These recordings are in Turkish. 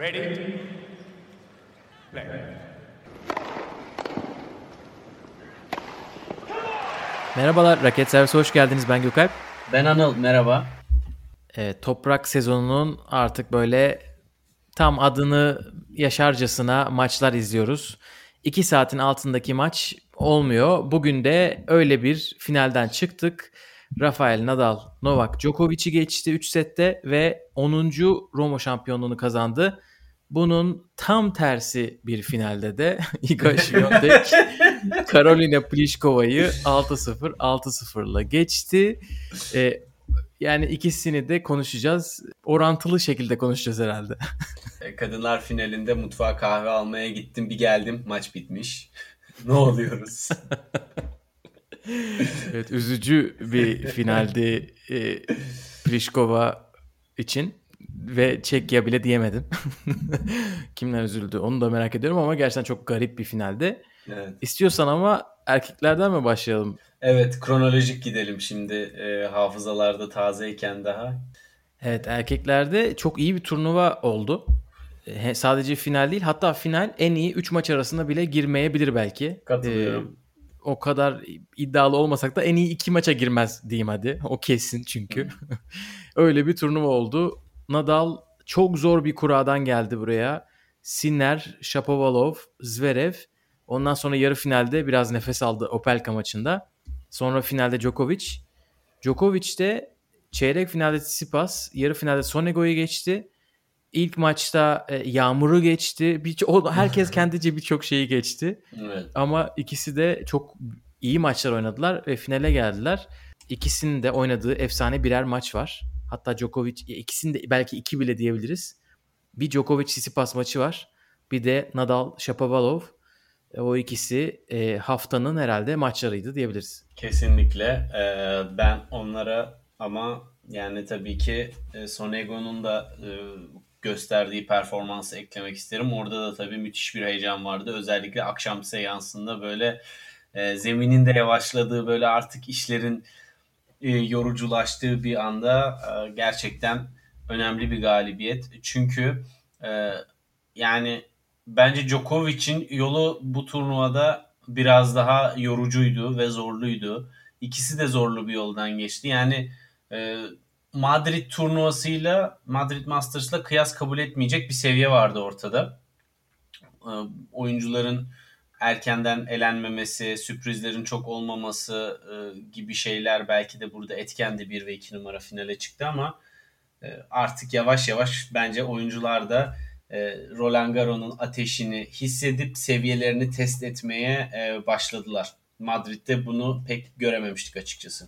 Ready? Play. Merhabalar, Raket Servise hoş geldiniz. Ben Gökalp. Ben Anıl, merhaba. Toprak sezonunun artık böyle tam adını yaşarcasına maçlar izliyoruz. 2 saatin altındaki maç olmuyor. Bugün de öyle bir finalden çıktık. Rafael Nadal, Novak Djokovic'i geçti 3 sette ve 10. Roma şampiyonluğunu kazandı. Bunun tam tersi bir finalde de Iga Świątek Karolina Pliškova'yı 6-0, 6-0'la geçti. Yani ikisini de konuşacağız. Orantılı şekilde konuşacağız herhalde. Kadınlar finalinde mutfağa kahve almaya gittim, bir geldim, maç bitmiş. Ne oluyoruz? Evet, üzücü bir finaldi Pliškova için ve Çekya bile diyemedim. Kimler üzüldü onu da merak ediyorum ama gerçekten çok garip bir finaldi. Evet. İstiyorsan ama erkeklerden mi başlayalım? Evet, kronolojik gidelim şimdi, hafızalarda tazeyken daha. Evet, erkeklerde çok iyi bir turnuva oldu. Sadece final değil, hatta final en iyi 3 maç arasında bile girmeyebilir belki. Katılıyorum. O kadar iddialı olmasak da en iyi 2 maça girmez diyeyim hadi. O kesin çünkü. Öyle bir turnuva oldu. Nadal çok zor bir kuradan geldi buraya. Sinner, Shapovalov, Zverev. Ondan sonra yarı finalde biraz nefes aldı Opelka maçında. Sonra finalde Djokovic. Djokovic de çeyrek finalde Tsitsipas, yarı finalde Sonego'yu geçti. İlk maçta Yağmur'u geçti. Herkes kendince birçok şeyi geçti. Evet. Ama ikisi de çok iyi maçlar oynadılar ve finale geldiler. İkisinin de oynadığı efsane birer maç var. Hatta Djokovic, ikisini de belki 2 bile diyebiliriz. Bir Djokovic-Tsitsipas maçı var. Bir de Nadal-Shapovalov. O ikisi haftanın herhalde maçlarıydı diyebiliriz. Kesinlikle. Ben onlara ama yani tabii ki Sonego'nun da gösterdiği performansı eklemek isterim. Orada da tabii müthiş bir heyecan vardı. Özellikle akşam seansında böyle zeminin de yavaşladığı, böyle artık işlerin yoruculaştığı bir anda gerçekten önemli bir galibiyet. Çünkü yani bence Djokovic'in yolu bu turnuvada biraz daha yorucuydu ve zorluydu. İkisi de zorlu bir yoldan geçti. Yani Madrid turnuvasıyla, Madrid Masters'la kıyas kabul etmeyecek bir seviye vardı ortada. Oyuncuların erkenden elenmemesi, sürprizlerin çok olmaması gibi şeyler belki de burada etkendi, 1 ve 2 numara finale çıktı ama artık yavaş yavaş bence oyuncular da Roland Garros'un ateşini hissedip seviyelerini test etmeye başladılar. Madrid'de bunu pek görememiştik açıkçası.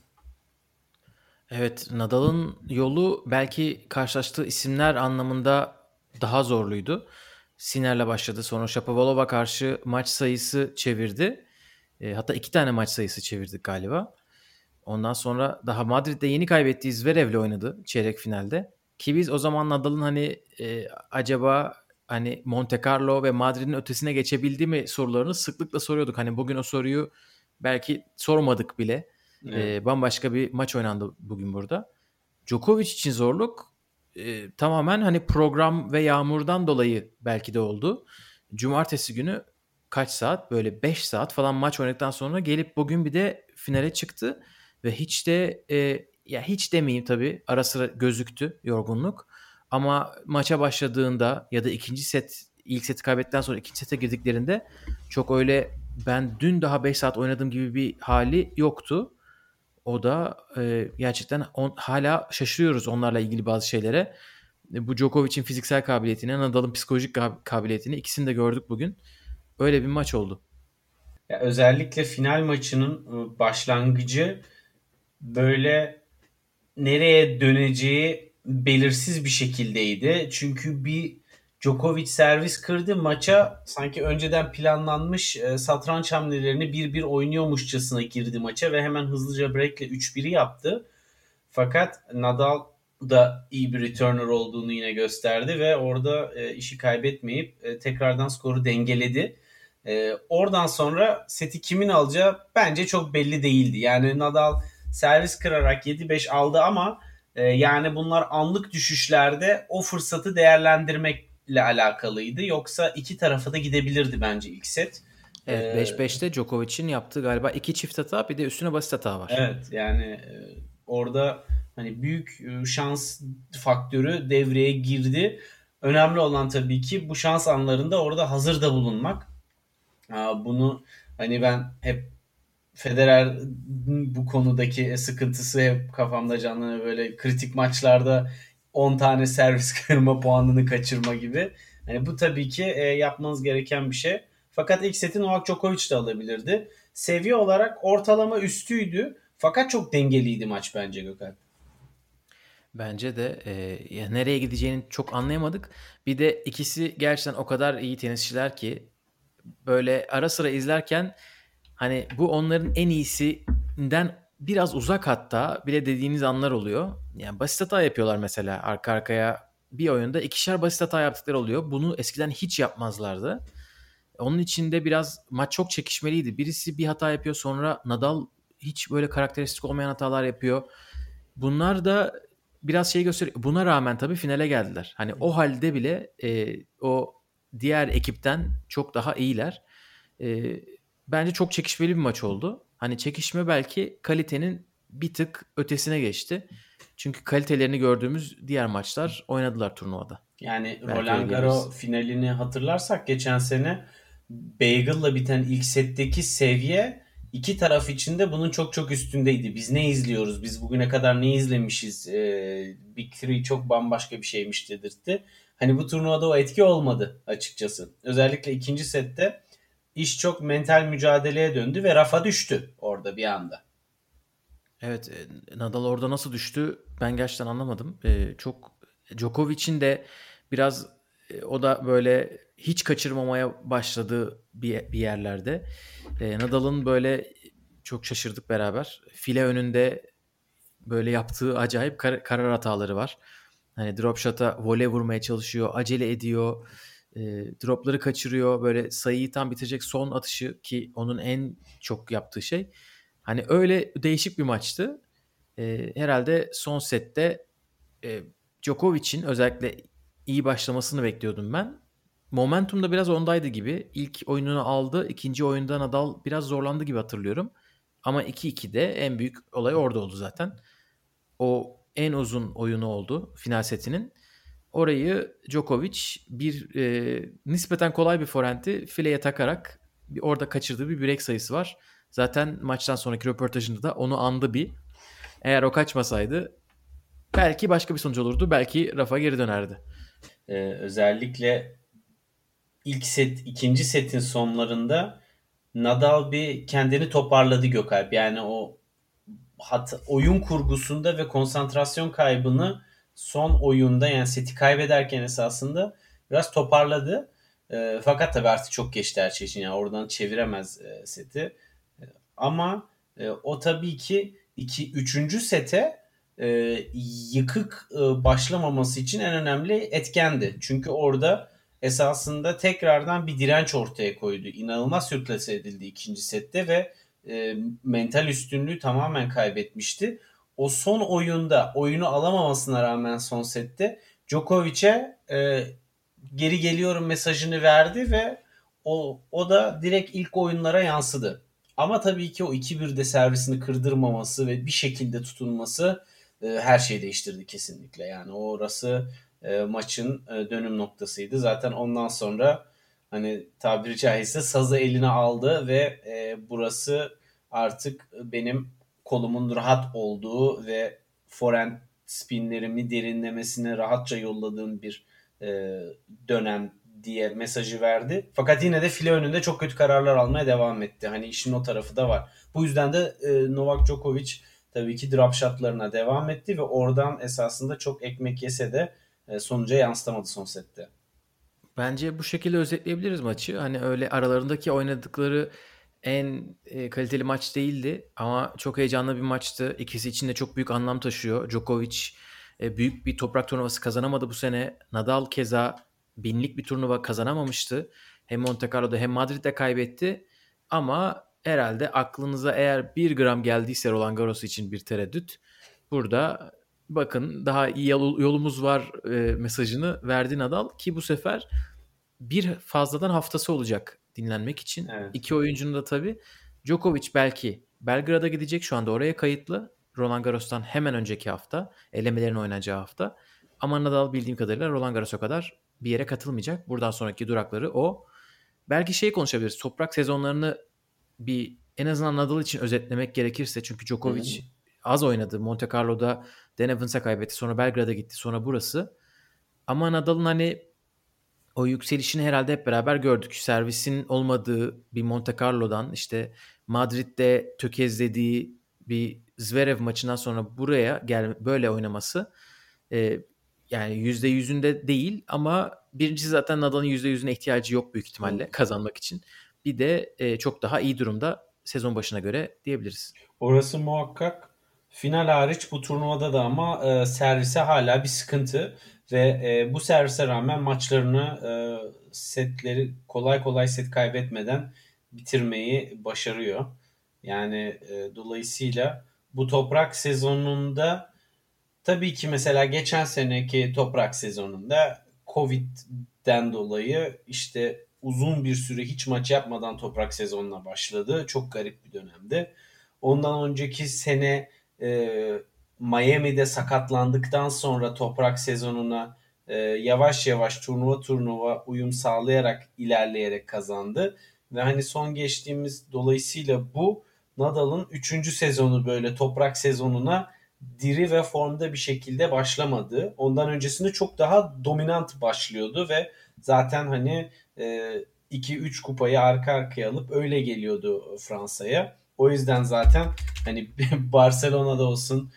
Evet, Nadal'ın yolu belki karşılaştığı isimler anlamında daha zorluydu. Sinner'le başladı. Sonra Shapovalov'a karşı maç sayısı çevirdi. Hatta 2 tane maç sayısı çevirdik galiba. Ondan sonra daha Madrid'de yeni kaybettiği Zverev'le oynadı çeyrek finalde. Ki biz o zaman Nadal'ın hani acaba hani Monte Carlo ve Madrid'in ötesine geçebildi mi sorularını sıklıkla soruyorduk. Hani bugün o soruyu belki sormadık bile. Evet. Bambaşka bir maç oynandı bugün burada. Djokovic için zorluk tamamen hani program ve yağmurdan dolayı belki de oldu. Cumartesi günü kaç saat, böyle 5 saat falan maç oynadıktan sonra gelip bugün bir de finale çıktı ve hiç de ya hiç demeyeyim tabii, ara sıra gözüktü yorgunluk, ama maça başladığında ya da ilk seti kaybettikten sonra ikinci sete girdiklerinde çok öyle ben dün daha 5 saat oynadım gibi bir hali yoktu. O da gerçekten hala şaşırıyoruz onlarla ilgili bazı şeylere. Bu Djokovic'in fiziksel kabiliyetini, Nadal'ın psikolojik kabiliyetini, ikisini de gördük bugün. Öyle bir maç oldu. Ya özellikle final maçının başlangıcı böyle nereye döneceği belirsiz bir şekildeydi. Çünkü bir Djokovic servis kırdı, maça sanki önceden planlanmış satranç hamlelerini bir bir oynuyormuşçasına girdi maça ve hemen hızlıca break'le 3-1'i yaptı. Fakat Nadal da iyi bir returner olduğunu yine gösterdi ve orada işi kaybetmeyip tekrardan skoru dengeledi. Oradan sonra seti kimin alacağı bence çok belli değildi. Yani Nadal servis kırarak 7-5 aldı ama yani bunlar anlık düşüşlerde o fırsatı değerlendirmek ile alakalıydı. Yoksa iki tarafa da gidebilirdi bence ilk set. Evet, 5-5'te Djokovic'in yaptığı galiba 2 çift hata, bir de üstüne basit hata var. Evet, yani orada hani büyük şans faktörü devreye girdi. Önemli olan tabii ki bu şans anlarında orada hazır da bulunmak. Bunu hani ben hep Federer bu konudaki sıkıntısı hep kafamda canlanıyor, böyle kritik maçlarda 10 tane servis kırma, puanını kaçırma gibi. Hani bu tabii ki yapmanız gereken bir şey. Fakat ilk seti Novak Djokovic de alabilirdi. Seviye olarak ortalama üstüydü. Fakat çok dengeliydi maç bence, Gökhan. Bence de ya nereye gideceğini çok anlayamadık. Bir de ikisi gerçekten o kadar iyi tenisçiler ki böyle ara sıra izlerken hani bu onların en iyisinden biraz uzak, hatta bile dediğiniz anlar oluyor. Yani basit hata yapıyorlar mesela, arka arkaya bir oyunda ikişer basit hata yaptıkları oluyor. Bunu eskiden hiç yapmazlardı. Onun için de biraz maç çok çekişmeliydi. Birisi bir hata yapıyor, sonra Nadal hiç böyle karakteristik olmayan hatalar yapıyor. Bunlar da biraz şey gösteriyor. Buna rağmen tabii finale geldiler. Hani o halde bile o diğer ekipten çok daha iyiler. Bence çok çekişmeli bir maç oldu. Hani çekişme belki kalitenin bir tık ötesine geçti. Çünkü kalitelerini gördüğümüz diğer maçlar oynadılar turnuvada. Yani Belki öyle Roland Garros diyebiliriz. finalini hatırlarsak geçen sene Bagel'la biten ilk setteki seviye iki taraf için de bunun çok çok üstündeydi. Biz ne izliyoruz? Biz bugüne kadar ne izlemişiz? Big Three çok bambaşka bir şeymiş dedirtti. Hani bu turnuvada o etki olmadı açıkçası. Özellikle ikinci sette iş çok mental mücadeleye döndü ve rafa düştü orada bir anda. Evet, Nadal orada nasıl düştü ben gerçekten anlamadım. Çok Djokovic'in de biraz o da böyle hiç kaçırmamaya başladığı bir yerlerde. Nadal'ın böyle çok şaşırdık beraber. File önünde böyle yaptığı acayip karar hataları var. Hani drop shot'a voley vurmaya çalışıyor, acele ediyor. E, Dropları kaçırıyor. Böyle sayıyı tam bitirecek son atışı, ki onun en çok yaptığı şey. Hani öyle değişik bir maçtı. Herhalde son sette e, Djokovic'in özellikle iyi başlamasını bekliyordum ben. Momentum da biraz ondaydı gibi. İlk oyununu aldı. İkinci oyunda Nadal biraz zorlandı gibi hatırlıyorum. Ama 2-2'de en büyük olay orada oldu zaten. O en uzun oyunu oldu final setinin. Orayı Djokovic bir nispeten kolay bir forehand'i fileye takarak orada kaçırdığı bir break sayısı var. Zaten maçtan sonraki röportajında da onu andı bir. Eğer o kaçmasaydı belki başka bir sonuç olurdu. Belki Rafa geri dönerdi. Özellikle ilk set, ikinci setin sonlarında Nadal bir kendini toparladı, Gökalp. Yani o oyun kurgusunda ve konsantrasyon kaybını son oyunda, yani seti kaybederken esasında biraz toparladı. Fakat tabii artık çok geçti her şey için. Yani oradan çeviremez seti. Ama o tabii ki üçüncü sete e, yıkık başlamaması için en önemli etkendi. Çünkü orada esasında tekrardan bir direnç ortaya koydu. İnanılmaz sürklase edildi ikinci sette ve mental üstünlüğü tamamen kaybetmişti. O son oyunda oyunu alamamasına rağmen son sette Djokovic'e geri geliyorum mesajını verdi ve o da direkt ilk oyunlara yansıdı. Ama tabii ki o 2-1'de servisini kırdırmaması ve bir şekilde tutunması her şeyi değiştirdi kesinlikle. Yani orası maçın dönüm noktasıydı. Zaten ondan sonra hani tabiri caizse sazı eline aldı ve burası artık benim kolumun rahat olduğu ve forehand spinlerimi derinlemesine rahatça yolladığım bir e, dönem diye mesajı verdi. Fakat yine de file önünde çok kötü kararlar almaya devam etti. Hani işin o tarafı da var. Bu yüzden de Novak Djokovic tabii ki drop shotlarına devam etti ve oradan esasında çok ekmek yese de sonuca yansıtamadı son sette. Bence bu şekilde özetleyebiliriz maçı. Hani öyle aralarındaki oynadıkları en kaliteli maç değildi ama çok heyecanlı bir maçtı. İkisi için de çok büyük anlam taşıyor. Djokovic büyük bir toprak turnuvası kazanamadı bu sene. Nadal keza binlik bir turnuva kazanamamıştı. Hem Monte Carlo'da hem Madrid'de kaybetti. Ama herhalde aklınıza eğer 1 gram geldiyse Roland Garros için bir tereddüt, burada bakın daha iyi yolumuz var mesajını verdi Nadal ki bu sefer bir fazladan haftası olacak dinlenmek için. Evet. İki oyuncunun da tabii. Djokovic belki Belgrad'a gidecek, şu anda oraya kayıtlı. Roland Garros'tan hemen önceki hafta, elemelerin oynanacağı hafta. Ama Nadal bildiğim kadarıyla Roland Garros'a kadar bir yere katılmayacak. Buradan sonraki durakları o. Belki konuşabiliriz. Toprak sezonlarını bir en azından Nadal için özetlemek gerekirse, çünkü Djokovic az oynadı. Monte Carlo'da Dan Evans'a kaybetti. Sonra Belgrad'a gitti. Sonra burası. Ama Nadal'ın hani o yükselişini herhalde hep beraber gördük. Servisin olmadığı bir Monte Carlo'dan işte Madrid'de tökezlediği bir Zverev maçından sonra buraya böyle oynaması yani %100'ünde değil ama birincisi zaten Nadal'ın %100'üne ihtiyacı yok büyük ihtimalle kazanmak için. Bir de çok daha iyi durumda sezon başına göre diyebiliriz. Orası muhakkak. Final hariç bu turnuvada da ama servise hala bir sıkıntı ve bu servise rağmen maçlarını setleri kolay kolay set kaybetmeden bitirmeyi başarıyor. Yani dolayısıyla bu toprak sezonunda tabii ki mesela geçen seneki toprak sezonunda Covid'den dolayı işte uzun bir süre hiç maç yapmadan toprak sezonuna başladı. Çok garip bir dönemdi. Ondan önceki sene Miami'de sakatlandıktan sonra toprak sezonuna yavaş yavaş turnuva uyum sağlayarak ilerleyerek kazandı. Ve hani son geçtiğimiz dolayısıyla bu Nadal'ın 3. sezonu böyle toprak sezonuna diri ve formda bir şekilde başlamadı. Ondan öncesinde çok daha dominant başlıyordu ve zaten hani 2-3 kupayı arka arkaya alıp öyle geliyordu Fransa'ya. O yüzden zaten hani Barcelona'da olsun,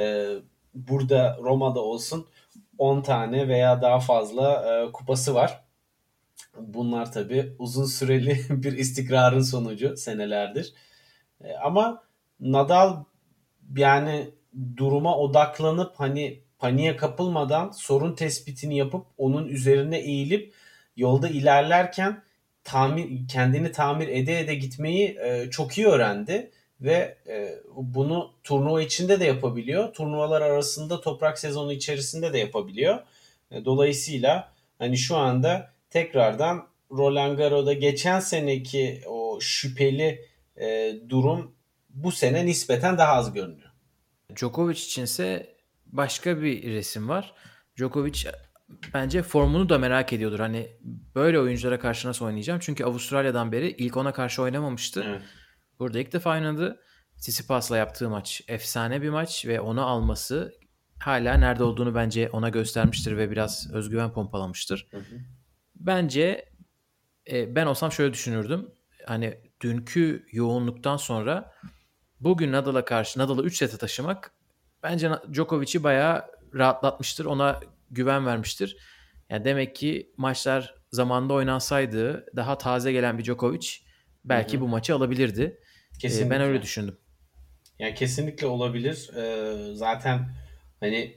burada Roma'da olsun 10 tane veya daha fazla kupası var. Bunlar tabii uzun süreli bir istikrarın sonucu senelerdir. Ama Nadal yani duruma odaklanıp hani paniğe kapılmadan sorun tespitini yapıp onun üzerine eğilip yolda ilerlerken kendini tamir ede gitmeyi çok iyi öğrendi ve bunu turnuva içinde de yapabiliyor. Turnuvalar arasında toprak sezonu içerisinde de yapabiliyor. Dolayısıyla hani şu anda tekrardan Roland Garros'da geçen seneki o şüpheli durum bu sene nispeten daha az görünüyor. Djokovic içinse başka bir resim var. Djokovic bence formunu da merak ediyordur. Hani böyle oyunculara karşı nasıl oynayacağım? Çünkü Avustralya'dan beri ilk ona karşı oynamamıştı. Evet. Burada ilk defa oynadı. Tsitsipas'la yaptığı maç efsane bir maç ve onu alması hala nerede olduğunu bence ona göstermiştir ve biraz özgüven pompalamıştır. Hı hı. Bence ben olsam şöyle düşünürdüm. Hani dünkü yoğunluktan sonra bugün Nadal'ı 3 sete taşımak bence Djokovic'i bayağı rahatlatmıştır. Ona güven vermiştir. Yani demek ki maçlar zamanında oynansaydı daha taze gelen bir Djokovic belki bu maçı alabilirdi. Kesinlikle. Ben öyle düşündüm. Yani kesinlikle olabilir. Zaten hani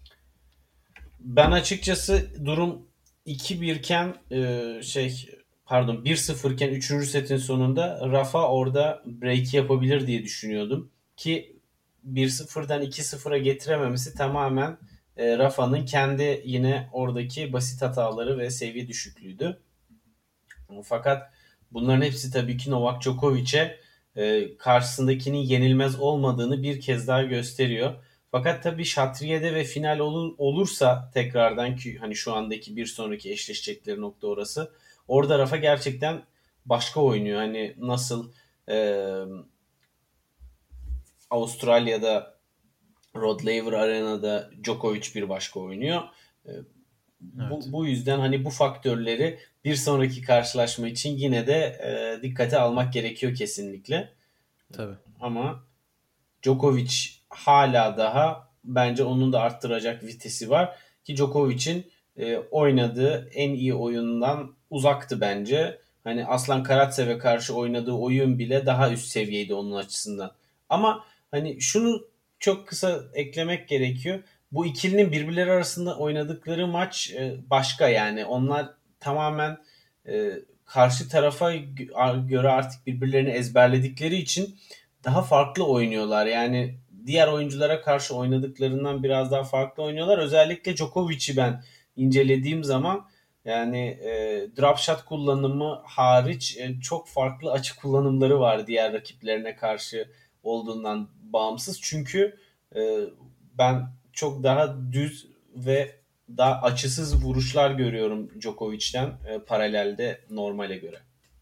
ben açıkçası durum 2-1 iken 1-0 iken 3. setin sonunda Rafa orada break yapabilir diye düşünüyordum. Ki 1-0'dan 2-0'a getirememesi tamamen Rafa'nın kendi yine oradaki basit hataları ve seviye düşüklüğüydü. Fakat bunların hepsi tabii ki Novak Djokovic'e karşısındakinin yenilmez olmadığını bir kez daha gösteriyor. Fakat tabii Şatriye'de ve final olursa tekrardan ki hani şu andaki bir sonraki eşleşecekleri nokta orası. Orada Rafa gerçekten başka oynuyor. Hani nasıl Avustralya'da Rod Laver Arena'da Djokovic bir başka oynuyor. Evet. Bu yüzden hani bu faktörleri bir sonraki karşılaşma için yine de dikkate almak gerekiyor kesinlikle. Tabii. Ama Djokovic hala daha bence onun da arttıracak vitesi var. Ki Djokovic'in oynadığı en iyi oyundan uzaktı bence. Hani Aslan Karatsev'e karşı oynadığı oyun bile daha üst seviyeydi onun açısından. Ama hani şunu çok kısa eklemek gerekiyor. Bu ikilinin birbirleri arasında oynadıkları maç başka yani. Onlar tamamen karşı tarafa göre artık birbirlerini ezberledikleri için daha farklı oynuyorlar. Yani diğer oyunculara karşı oynadıklarından biraz daha farklı oynuyorlar. Özellikle Djokovic'i ben incelediğim zaman yani drop shot kullanımı hariç çok farklı açı kullanımları var diğer rakiplerine karşı olduğundan bağımsız. Çünkü e, ben çok daha düz ve daha açısız vuruşlar görüyorum Djokovic'ten paralelde normale göre.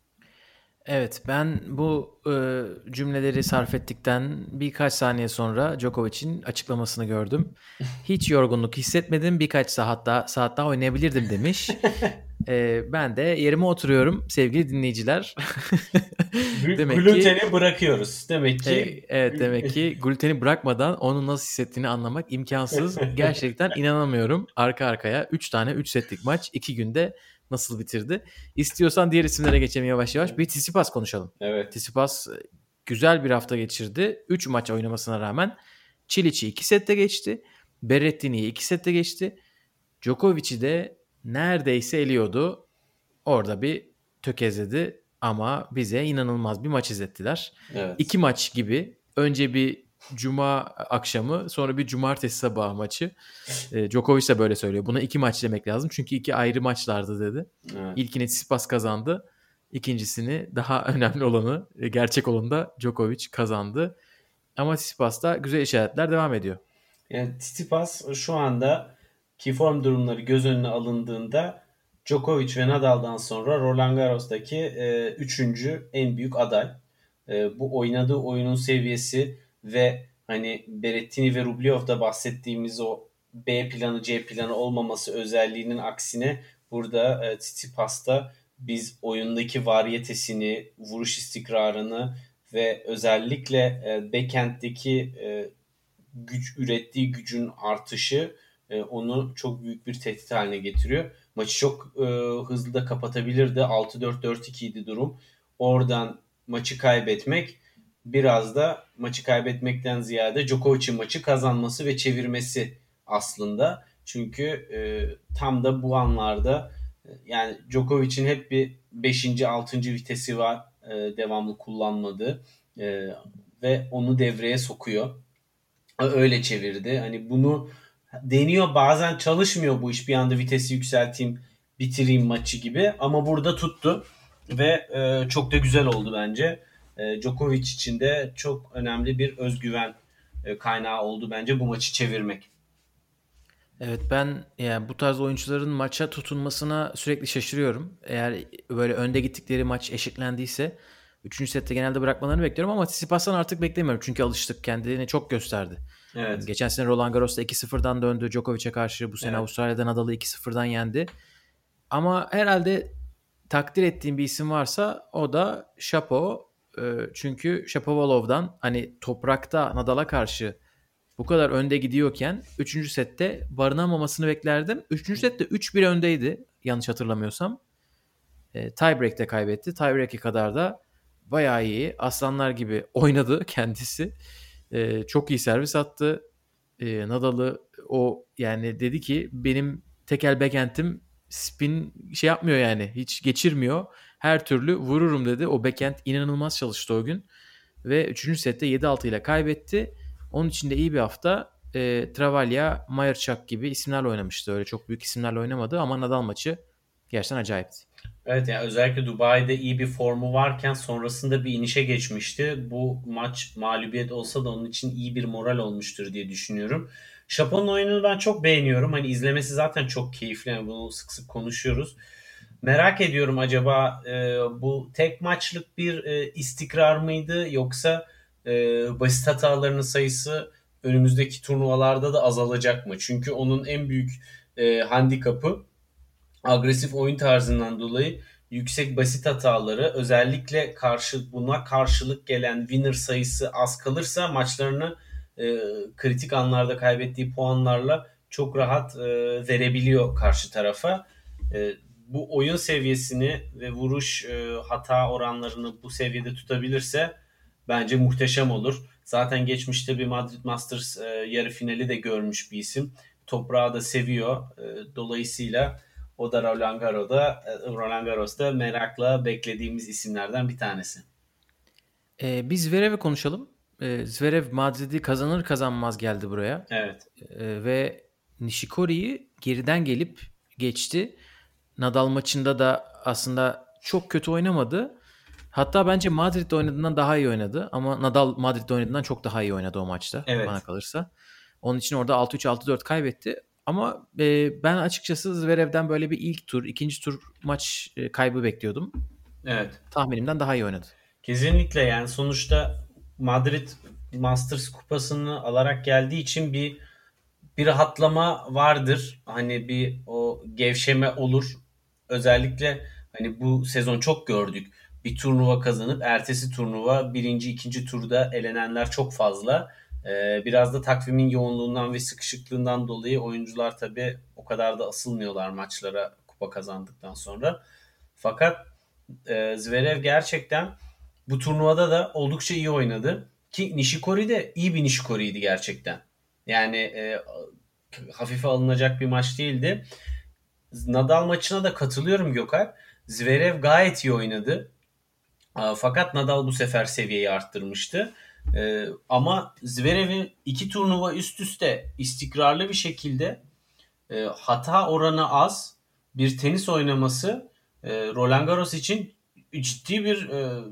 Evet, ben bu cümleleri sarf ettikten birkaç saniye sonra Djokovic'in açıklamasını gördüm. Hiç yorgunluk hissetmedim, birkaç saat daha oynayabilirdim demiş. Ben de yerime oturuyorum sevgili dinleyiciler. Demek ki Gluteni bırakıyoruz. Demek ki evet, demek ki gluteni bırakmadan onun nasıl hissettiğini anlamak imkansız. Gerçekten inanamıyorum. Arka arkaya 3 tane 3 setlik maç 2 günde nasıl bitirdi? İstiyorsan diğer isimlere geçelim yavaş yavaş. Bir Tsitsipas konuşalım. evet. Tsitsipas güzel bir hafta geçirdi. 3 maç oynamasına rağmen Çiliç'i 2 sette geçti. Berrettini'yi 2 sette geçti. Djokovic'i de neredeyse eliyordu. Orada bir tökezledi ama bize inanılmaz bir maç izlettiler. Evet. 2 maç gibi. Önce bir cuma akşamı, sonra bir cumartesi sabahı maçı. Djokovic de böyle söylüyor. Buna 2 maç demek lazım. Çünkü 2 ayrı maçlardı dedi. Evet. İlkini Tsitsipas kazandı. İkincisini, daha önemli olanı, gerçek olanı da Djokovic kazandı. Ama Tsitsipas'ta güzel işaretler devam ediyor. Yani Tsitsipas şu anda ki form durumları göz önüne alındığında Djokovic ve Nadal'dan sonra Roland Garros'taki üçüncü en büyük aday. Bu oynadığı oyunun seviyesi ve hani Berrettini ve Rublev'da bahsettiğimiz o B planı C planı olmaması özelliğinin aksine burada Tsitsipas'ta biz oyundaki varyetesini, vuruş istikrarını ve özellikle backend'deki ürettiği gücün artışı onu çok büyük bir tehdit haline getiriyor. Maçı çok hızlı da kapatabilirdi. 6-4, 4-2 idi durum. Oradan maçı kaybetmek biraz da maçı kaybetmekten ziyade Djokovic'in maçı kazanması ve çevirmesi aslında. Çünkü tam da bu anlarda yani Djokovic'in hep bir 5. 6. vitesi var devamlı kullanmadığı ve onu devreye sokuyor. Öyle çevirdi. Hani bunu deniyor, bazen çalışmıyor bu iş, bir anda vitesi yükselteyim bitireyim maçı gibi, ama burada tuttu ve çok da güzel oldu bence. Djokovic için de çok önemli bir özgüven kaynağı oldu bence bu maçı çevirmek. Evet, ben yani bu tarz oyuncuların maça tutunmasına sürekli şaşırıyorum. Eğer böyle önde gittikleri maç eşitlendiyse 3. sette genelde bırakmalarını bekliyorum ama Tsitsipas'tan artık beklemiyorum. Çünkü alıştık, kendini çok gösterdi. Evet. Geçen sene Roland Garros'ta 2-0'dan döndü Djokovic'e karşı. Bu sene Evet. Avustralya'da Nadal'ı 2-0'dan yendi. Ama herhalde takdir ettiğim bir isim varsa o da Shapo. Çünkü Shapovalov'dan hani toprakta Nadal'a karşı bu kadar önde gidiyorken 3. sette barınamamasını beklerdim. 3. sette 3-1 öndeydi yanlış hatırlamıyorsam. Tiebreak'te kaybetti. Tiebreak'e kadar da bayağı iyi. Aslanlar gibi oynadı kendisi. Çok iyi servis attı. Nadal'ı o yani dedi ki benim tekel backend'im spin şey yapmıyor yani. Hiç geçirmiyor. Her türlü vururum dedi. O backend inanılmaz çalıştı o gün. Ve 3. sette 7-6 ile kaybetti. Onun için de iyi bir hafta. Travaglia, Mayerchuk gibi isimlerle oynamıştı. Öyle çok büyük isimlerle oynamadı ama Nadal maçı gerçekten acayipti. Evet, yani özellikle Dubai'de iyi bir formu varken sonrasında bir inişe geçmişti. Bu maç mağlubiyet olsa da onun için iyi bir moral olmuştur diye düşünüyorum. Şapon'un oyununu ben çok beğeniyorum. Hani izlemesi zaten çok keyifli. Yani bunu sık sık konuşuyoruz. Merak ediyorum, acaba bu tek maçlık bir istikrar mıydı, yoksa basit hatalarının sayısı önümüzdeki turnuvalarda da azalacak mı? Çünkü onun en büyük handikapı agresif oyun tarzından dolayı yüksek basit hataları, özellikle buna karşılık gelen winner sayısı az kalırsa maçlarını kritik anlarda kaybettiği puanlarla çok rahat verebiliyor karşı tarafa. Bu oyun seviyesini ve vuruş hata oranlarını bu seviyede tutabilirse bence muhteşem olur. Zaten geçmişte bir Madrid Masters yarı finali de görmüş bir isim. Toprağı da seviyor. Dolayısıyla o da Roland Garros'ta merakla beklediğimiz isimlerden bir tanesi. Biz Zverev'i konuşalım. Zverev Madrid'i kazanır kazanmaz geldi buraya. Evet. Ve Nishikori'yi geriden gelip geçti. Nadal maçında da aslında çok kötü oynamadı. Hatta bence Madrid'de oynadığından daha iyi oynadı. Ama Nadal Madrid'de oynadığından çok daha iyi oynadı o maçta Evet. bana kalırsa. Onun için orada 6-3 6-4 kaybetti. Ama ben açıkçası Zverev'den böyle bir ilk tur, ikinci tur maç kaybı bekliyordum. Evet. Tahminimden daha iyi oynadı. Kesinlikle, yani sonuçta Madrid Masters kupasını alarak geldiği için bir rahatlama vardır. Hani bir o gevşeme olur. Özellikle hani bu sezon çok gördük. Bir turnuva kazanıp ertesi turnuva birinci, ikinci turda elenenler çok fazla. Biraz da takvimin yoğunluğundan ve sıkışıklığından dolayı oyuncular tabii o kadar da asılmıyorlar maçlara kupa kazandıktan sonra. Fakat Zverev gerçekten bu turnuvada da oldukça iyi oynadı. Ki Nishikori de iyi bir Nishikori'ydi gerçekten. Yani hafife alınacak bir maç değildi. Nadal maçına da katılıyorum Gökhan. Zverev gayet iyi oynadı. Fakat Nadal bu sefer seviyeyi arttırmıştı. Ama Zverev'in iki turnuva üst üste istikrarlı bir şekilde hata oranı az bir tenis oynaması Roland Garros için ciddi bir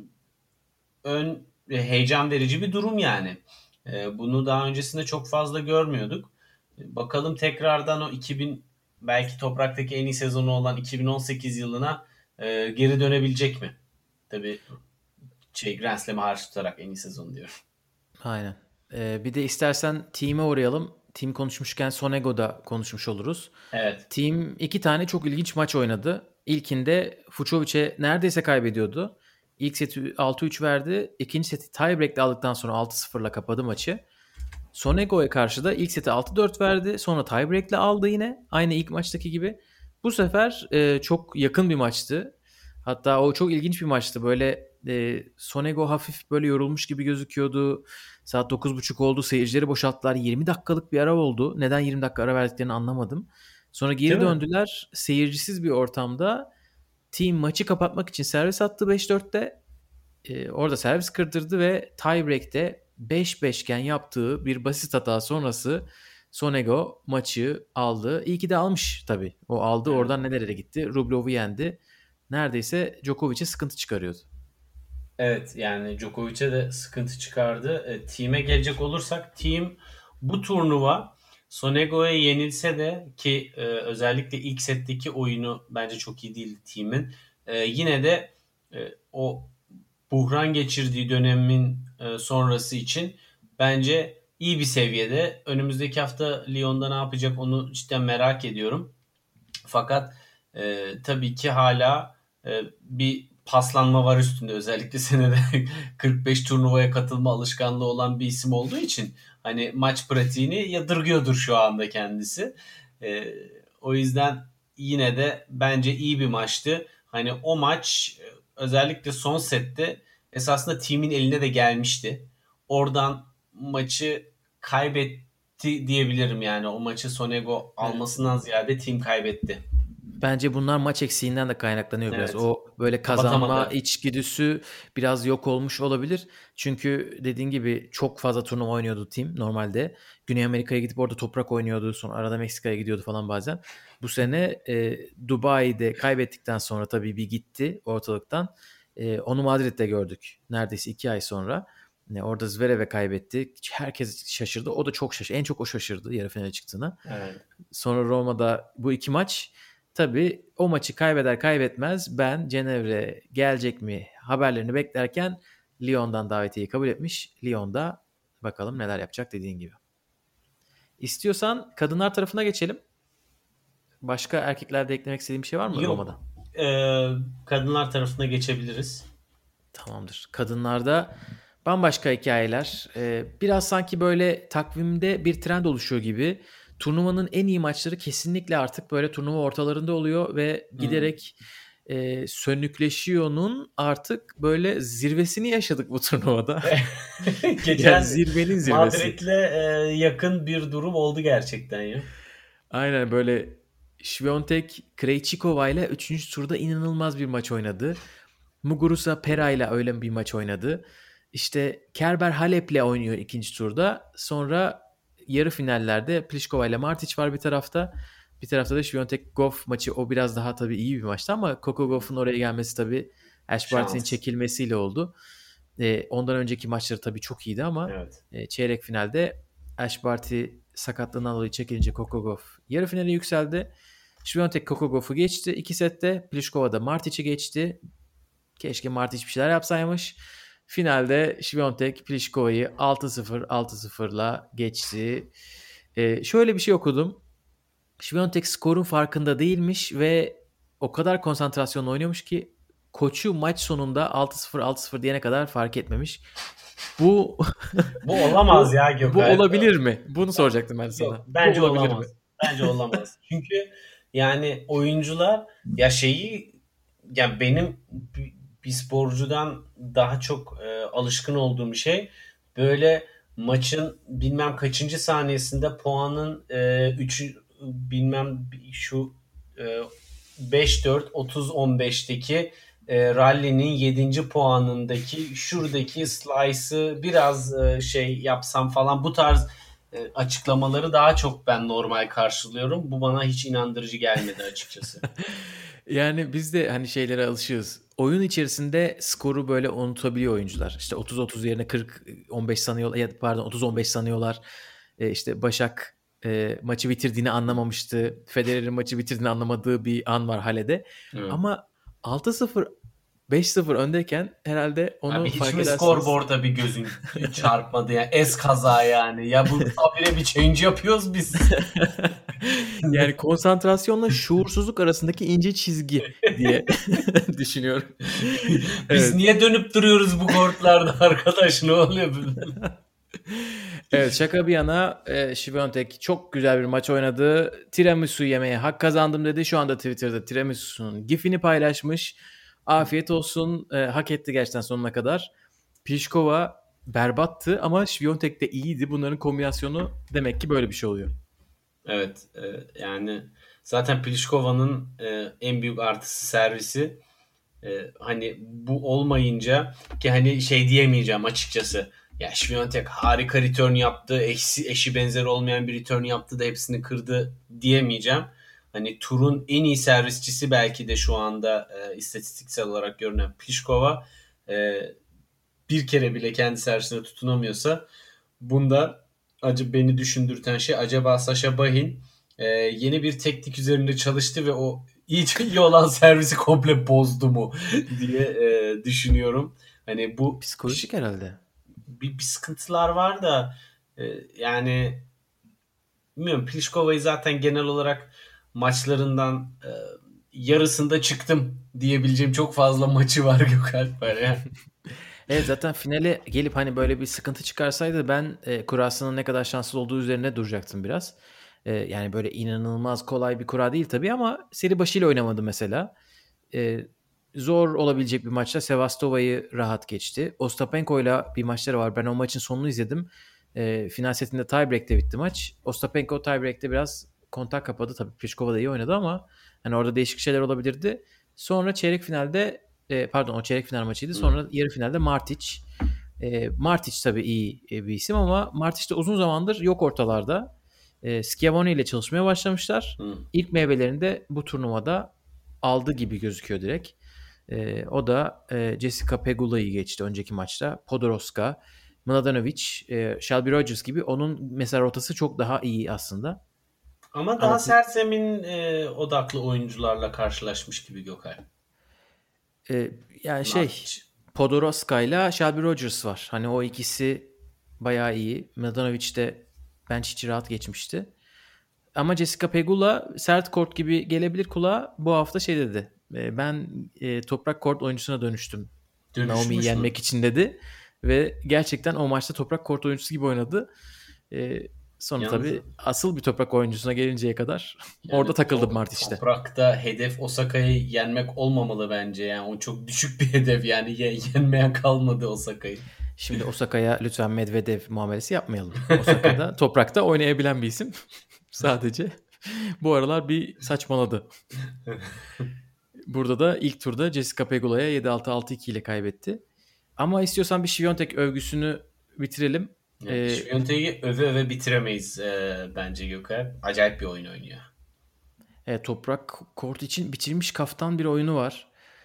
heyecan verici bir durum yani. Bunu daha öncesinde çok fazla görmüyorduk. Bakalım tekrardan o 2000 belki topraktaki en iyi sezonu olan 2018 yılına geri dönebilecek mi? Tabii Grand Slam'ı hariç tutarak en iyi sezon diyorum. Aynen. Bir de istersen team'e uğrayalım. Team konuşmuşken Sonego'da konuşmuş oluruz. Evet. Team 2 tane çok ilginç maç oynadı. İlkinde Fucovic'e neredeyse kaybediyordu. İlk seti 6-3 verdi. İkinci seti tiebreak'le aldıktan sonra 6-0'la kapadı maçı. Sonego'ya karşı da ilk seti 6-4 verdi. Sonra tiebreak'le aldı yine. Aynı ilk maçtaki gibi. Bu sefer çok yakın bir maçtı. Hatta o çok ilginç bir maçtı. Böyle Sonego hafif böyle yorulmuş gibi gözüküyordu. Saat 9.30 oldu. Seyircileri boşalttılar. 20 dakikalık bir ara oldu. Neden 20 dakika ara verdiklerini anlamadım. Sonra geri Değil mi? döndüler. Seyircisiz bir ortamda team maçı kapatmak için servis attı 5-4'te. Orada servis kırdırdı ve tiebreak'te 5-5 iken yaptığı bir basit hata sonrası Sonego maçı aldı. İyi ki de almış tabii. O aldı, Evet. oradan nelere gitti. Rublev'u yendi. Neredeyse Djokovic'e sıkıntı çıkarıyordu. Evet, yani Djokovic'e de sıkıntı çıkardı. Team'e gelecek olursak Team bu turnuva Sonego'ya yenilse de ki özellikle ilk setteki oyunu bence çok iyi değil Team'in. Yine de o buhran geçirdiği dönemin sonrası için bence iyi bir seviyede. Önümüzdeki hafta Lyon'da ne yapacak onu cidden merak ediyorum. Fakat tabii ki hala bir paslanma var üstünde. Özellikle senede 45 turnuvaya katılma alışkanlığı olan bir isim olduğu için hani maç pratiğini yadırgıyordur şu anda kendisi. O yüzden yine de bence iyi bir maçtı. Hani o maç özellikle son sette esasında team'in eline de gelmişti. Oradan maçı kaybetti diyebilirim yani. O maçı Sonego almasından ziyade team kaybetti. Bence bunlar maç eksiğinden de kaynaklanıyor biraz. Evet. O böyle kazanma Kapatamadı. içgüdüsü biraz yok olmuş olabilir. Çünkü dediğin gibi çok fazla turnuva oynuyordu team normalde. Güney Amerika'ya gidip orada toprak oynuyordu. Sonra arada Meksika'ya gidiyordu falan bazen. Bu sene Dubai'de kaybettikten sonra tabii bir gitti ortalıktan. Onu Madrid'de gördük. Neredeyse 2 ay sonra. Orada Zverev'e kaybetti. Herkes şaşırdı. O da çok şaşırdı. En çok o şaşırdı yarı finale çıktığına. Evet. Sonra Roma'da bu iki maç. Tabii o maçı kaybeder kaybetmez ben Cenevre gelecek mi haberlerini beklerken Lyon'dan davetiyeyi kabul etmiş. Lyon'da bakalım neler yapacak dediğin gibi. İstiyorsan kadınlar tarafına geçelim. Başka erkeklerde eklemek istediğim bir şey var mı Yok. Roma'da? Kadınlar tarafına geçebiliriz. Tamamdır. Kadınlarda bambaşka hikayeler. Biraz sanki böyle takvimde bir trend oluşuyor gibi. Turnuvanın en iyi maçları kesinlikle artık böyle turnuva ortalarında oluyor ve giderek sönükleşiyor'nun artık böyle zirvesini yaşadık bu turnuvada. Geçen Yani zirvenin zirvesi. Madrid'le yakın bir durum oldu gerçekten ya. Aynen böyle Świątek Krejcikova ile 3. turda inanılmaz bir maç oynadı. Muguruza Pera ile öyle bir maç oynadı. İşte Kerber Halep'le oynuyor ikinci turda. Sonra yarı finallerde Pliskova ile Martic var bir tarafta. Bir tarafta da Świątek Goff maçı. O biraz daha tabii iyi bir maçtı ama Coco Gauff'un oraya gelmesi tabii Ash Barty'nin Şans. çekilmesiyle oldu. Ondan önceki maçları tabii çok iyiydi ama Evet. çeyrek finalde Ash Barty sakatlığından dolayı çekilince Coco Gauff yarı finale yükseldi. Świątek Coco Gauff'u geçti 2 sette. Pliskova da Martic'i geçti. Keşke Martic bir şeyler yapsaymış. Finalde Świątek Pliskova'yı 6-0 6-0'la geçti. Şöyle bir şey okudum. Świątek skorun farkında değilmiş ve o kadar konsantrasyonla oynuyormuş ki koçu maç sonunda 6-0 6-0 diyene kadar fark etmemiş. Bu olamaz ya Gökhan. Bu olabilir mi? Bunu soracaktım ben sana. Yok, bence Bu olabilir olamaz. mi? Bence olamaz. Çünkü yani oyuncular ya ya benim bir sporcudan daha çok alışkın olduğum şey böyle maçın bilmem kaçıncı saniyesinde puanın 3 bilmem şu 5-4 30-15'teki rally'nin 7. puanındaki şuradaki slice'ı biraz şey yapsam falan bu tarz açıklamaları daha çok ben normal karşılıyorum. Bu bana hiç inandırıcı gelmedi açıkçası. Yani biz de hani şeylere alışığız. Oyun içerisinde skoru böyle unutabiliyor oyuncular. İşte 30-30 yerine 40-15 sanıyorlar. Pardon 30-15 sanıyorlar. İşte Başak maçı bitirdiğini anlamamıştı. Federer'in maçı bitirdiğini anlamadığı bir an var Hale'de. Evet. Ama 6-0 5-0 öndeyken herhalde onu Abi fark hiç mi edersiniz. skorboard'a bir gözün çarpmadı ya? Es kaza yani. Ya bu habire bir change yapıyoruz biz. Yani konsantrasyonla şuursuzluk arasındaki ince çizgi diye düşünüyorum. Biz niye dönüp duruyoruz bu kortlarda arkadaş? Ne oluyor? Evet, şaka bir yana Świątek çok güzel bir maç oynadı. Tiramisu yemeye hak kazandım dedi. Şu anda Twitter'da tiramisu'nun gifini paylaşmış. Afiyet olsun. Hak etti gerçekten sonuna kadar. Pliskova berbattı ama Świątek de iyiydi. Bunların kombinasyonu demek ki böyle bir şey oluyor. Evet, yani zaten Pliskova'nın en büyük artısı servisi. Hani bu olmayınca ki hani şey diyemeyeceğim açıkçası. Ya Świątek harika return yaptı. Eşi benzeri olmayan bir return yaptı da hepsini kırdı diyemeyeceğim. Hani turun en iyi servisçisi belki de şu anda istatistiksel olarak görünen Pliskova bir kere bile kendi servisine tutunamıyorsa bunda beni düşündürten şey acaba Sasha Bahin yeni bir teknik üzerinde çalıştı ve o iyi olan servisi komple bozdu mu diye düşünüyorum. Hani bu Psikolojik herhalde. bir sıkıntılar var da yani bilmiyorum, Pliskova'yı zaten genel olarak maçlarından yarısında çıktım diyebileceğim çok fazla maçı var Gökalp var ya. Evet, zaten finale gelip hani böyle bir sıkıntı çıkarsaydı ben kurasının ne kadar şanslı olduğu üzerine duracaktım biraz. Yani böyle inanılmaz kolay bir kura değil tabii ama seri başıyla oynamadı mesela. Zor olabilecek bir maçta Sevastova'yı rahat geçti. Ostapenko'yla bir maçları var. Ben o maçın sonunu izledim. Final setinde tiebreak'te bitti maç. Ostapenko tiebreak'te biraz kontak kapadı. Tabii Pliskova da iyi oynadı ama hani orada değişik şeyler olabilirdi. Sonra çeyrek finalde o çeyrek final maçıydı. Sonra yarı finalde Martic. Martic tabii iyi bir isim ama Martic de uzun zamandır yok ortalarda. Schiavone ile çalışmaya başlamışlar. İlk meyvelerini de bu turnuvada aldı gibi gözüküyor direkt. O da Jessica Pegula'yı geçti önceki maçta. Podoroska, Mladenovic, Shelby Rogers gibi onun mesela rotası çok daha iyi aslında. Ama daha sert zemin odaklı oyuncularla karşılaşmış gibi Gökay. Yani Podoroska ile Shelby Rogers var. Hani o ikisi bayağı iyi. Mladenovic de bench rahat geçmişti. Ama Jessica Pegula sert kort gibi gelebilir kulağa. Bu hafta şey dedi. Ben toprak kort oyuncusuna dönüştüm. Naomi'yi yenmek için dedi. Ve gerçekten o maçta toprak kort oyuncusu gibi oynadı. Sonra tabii asıl bir toprak oyuncusuna gelinceye kadar orada takıldı Martic'te. Toprakta hedef Osaka'yı yenmek olmamalı bence. Yani o çok düşük bir hedef. Yani yenmeyen kalmadı Osaka'yı. Şimdi Osaka'ya lütfen Medvedev muamelesi yapmayalım. Osaka'da toprakta oynayabilen bir isim. Sadece bu aralar bir saçmaladı. Burada da ilk turda Jessica Pegula'ya 7-6 6-2 ile kaybetti. Ama istiyorsan bir Świątek övgüsünü bitirelim. Świątek'i öve öve bitiremeyiz bence Gökhan. Acayip bir oyun oynuyor. Toprak kort için biçilmiş kaftan bir oyunu var.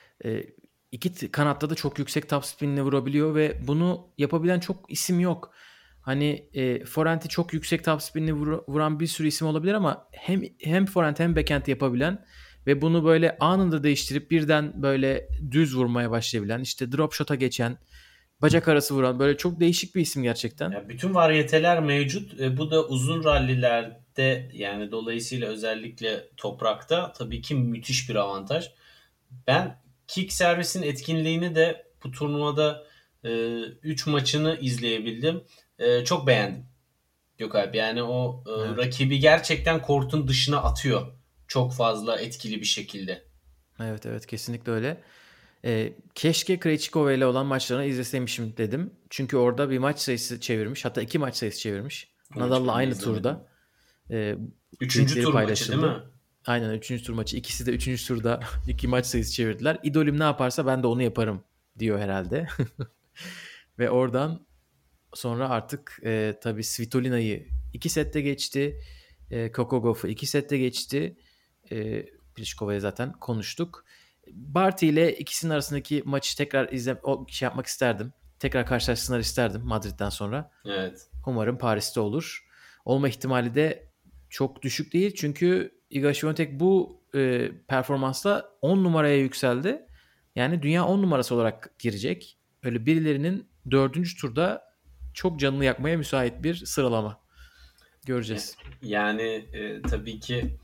İki kanatta da çok yüksek top spin'le vurabiliyor ve bunu yapabilen çok isim yok. Hani forehand'i çok yüksek top spin'le vuran bir sürü isim olabilir ama hem forehand hem backhand yapabilen ve bunu böyle anında değiştirip birden böyle düz vurmaya başlayabilen, işte drop shot'a geçen, bacak arası vuran, böyle çok değişik bir isim gerçekten. Ya bütün varyeteler mevcut. Bu da uzun rallilerde, yani dolayısıyla özellikle toprakta tabii ki müthiş bir avantaj. Ben kick servisin etkinliğini de bu turnuvada 3 maçını izleyebildim. Çok beğendim Gökalp. Yani o Evet. rakibi gerçekten kortun dışına atıyor. Çok fazla etkili bir şekilde. Evet kesinlikle öyle. Keşke Krejcikova ile olan maçlarını izleseymişim dedim. Çünkü orada bir maç sayısı çevirmiş. Hatta 2 maç sayısı çevirmiş. O maçı Nadal'la ben de aynı izlemedim. turda. Üçüncü Tweetleri tur maçı değil mi? paylaşıldı. Aynen 3. tur maçı. İkisi de 3. turda 2 maç sayısı çevirdiler. İdolüm ne yaparsa ben de onu yaparım diyor herhalde. Ve oradan sonra artık tabii Svitolina'yı 2 sette geçti. Coco Gauff'u 2 sette geçti. Pliškova'ya zaten konuştuk. Barty ile ikisinin arasındaki maçı tekrar yapmak isterdim. Tekrar karşılaşsınlar isterdim Madrid'den sonra. Evet. Umarım Paris'te olur. Olma ihtimali de çok düşük değil. Çünkü Iga Świątek bu performansla 10 numaraya yükseldi. Yani dünya 10 numarası olarak girecek. Öyle birilerinin 4. turda çok canını yakmaya müsait bir sıralama. Göreceğiz. Yani tabii ki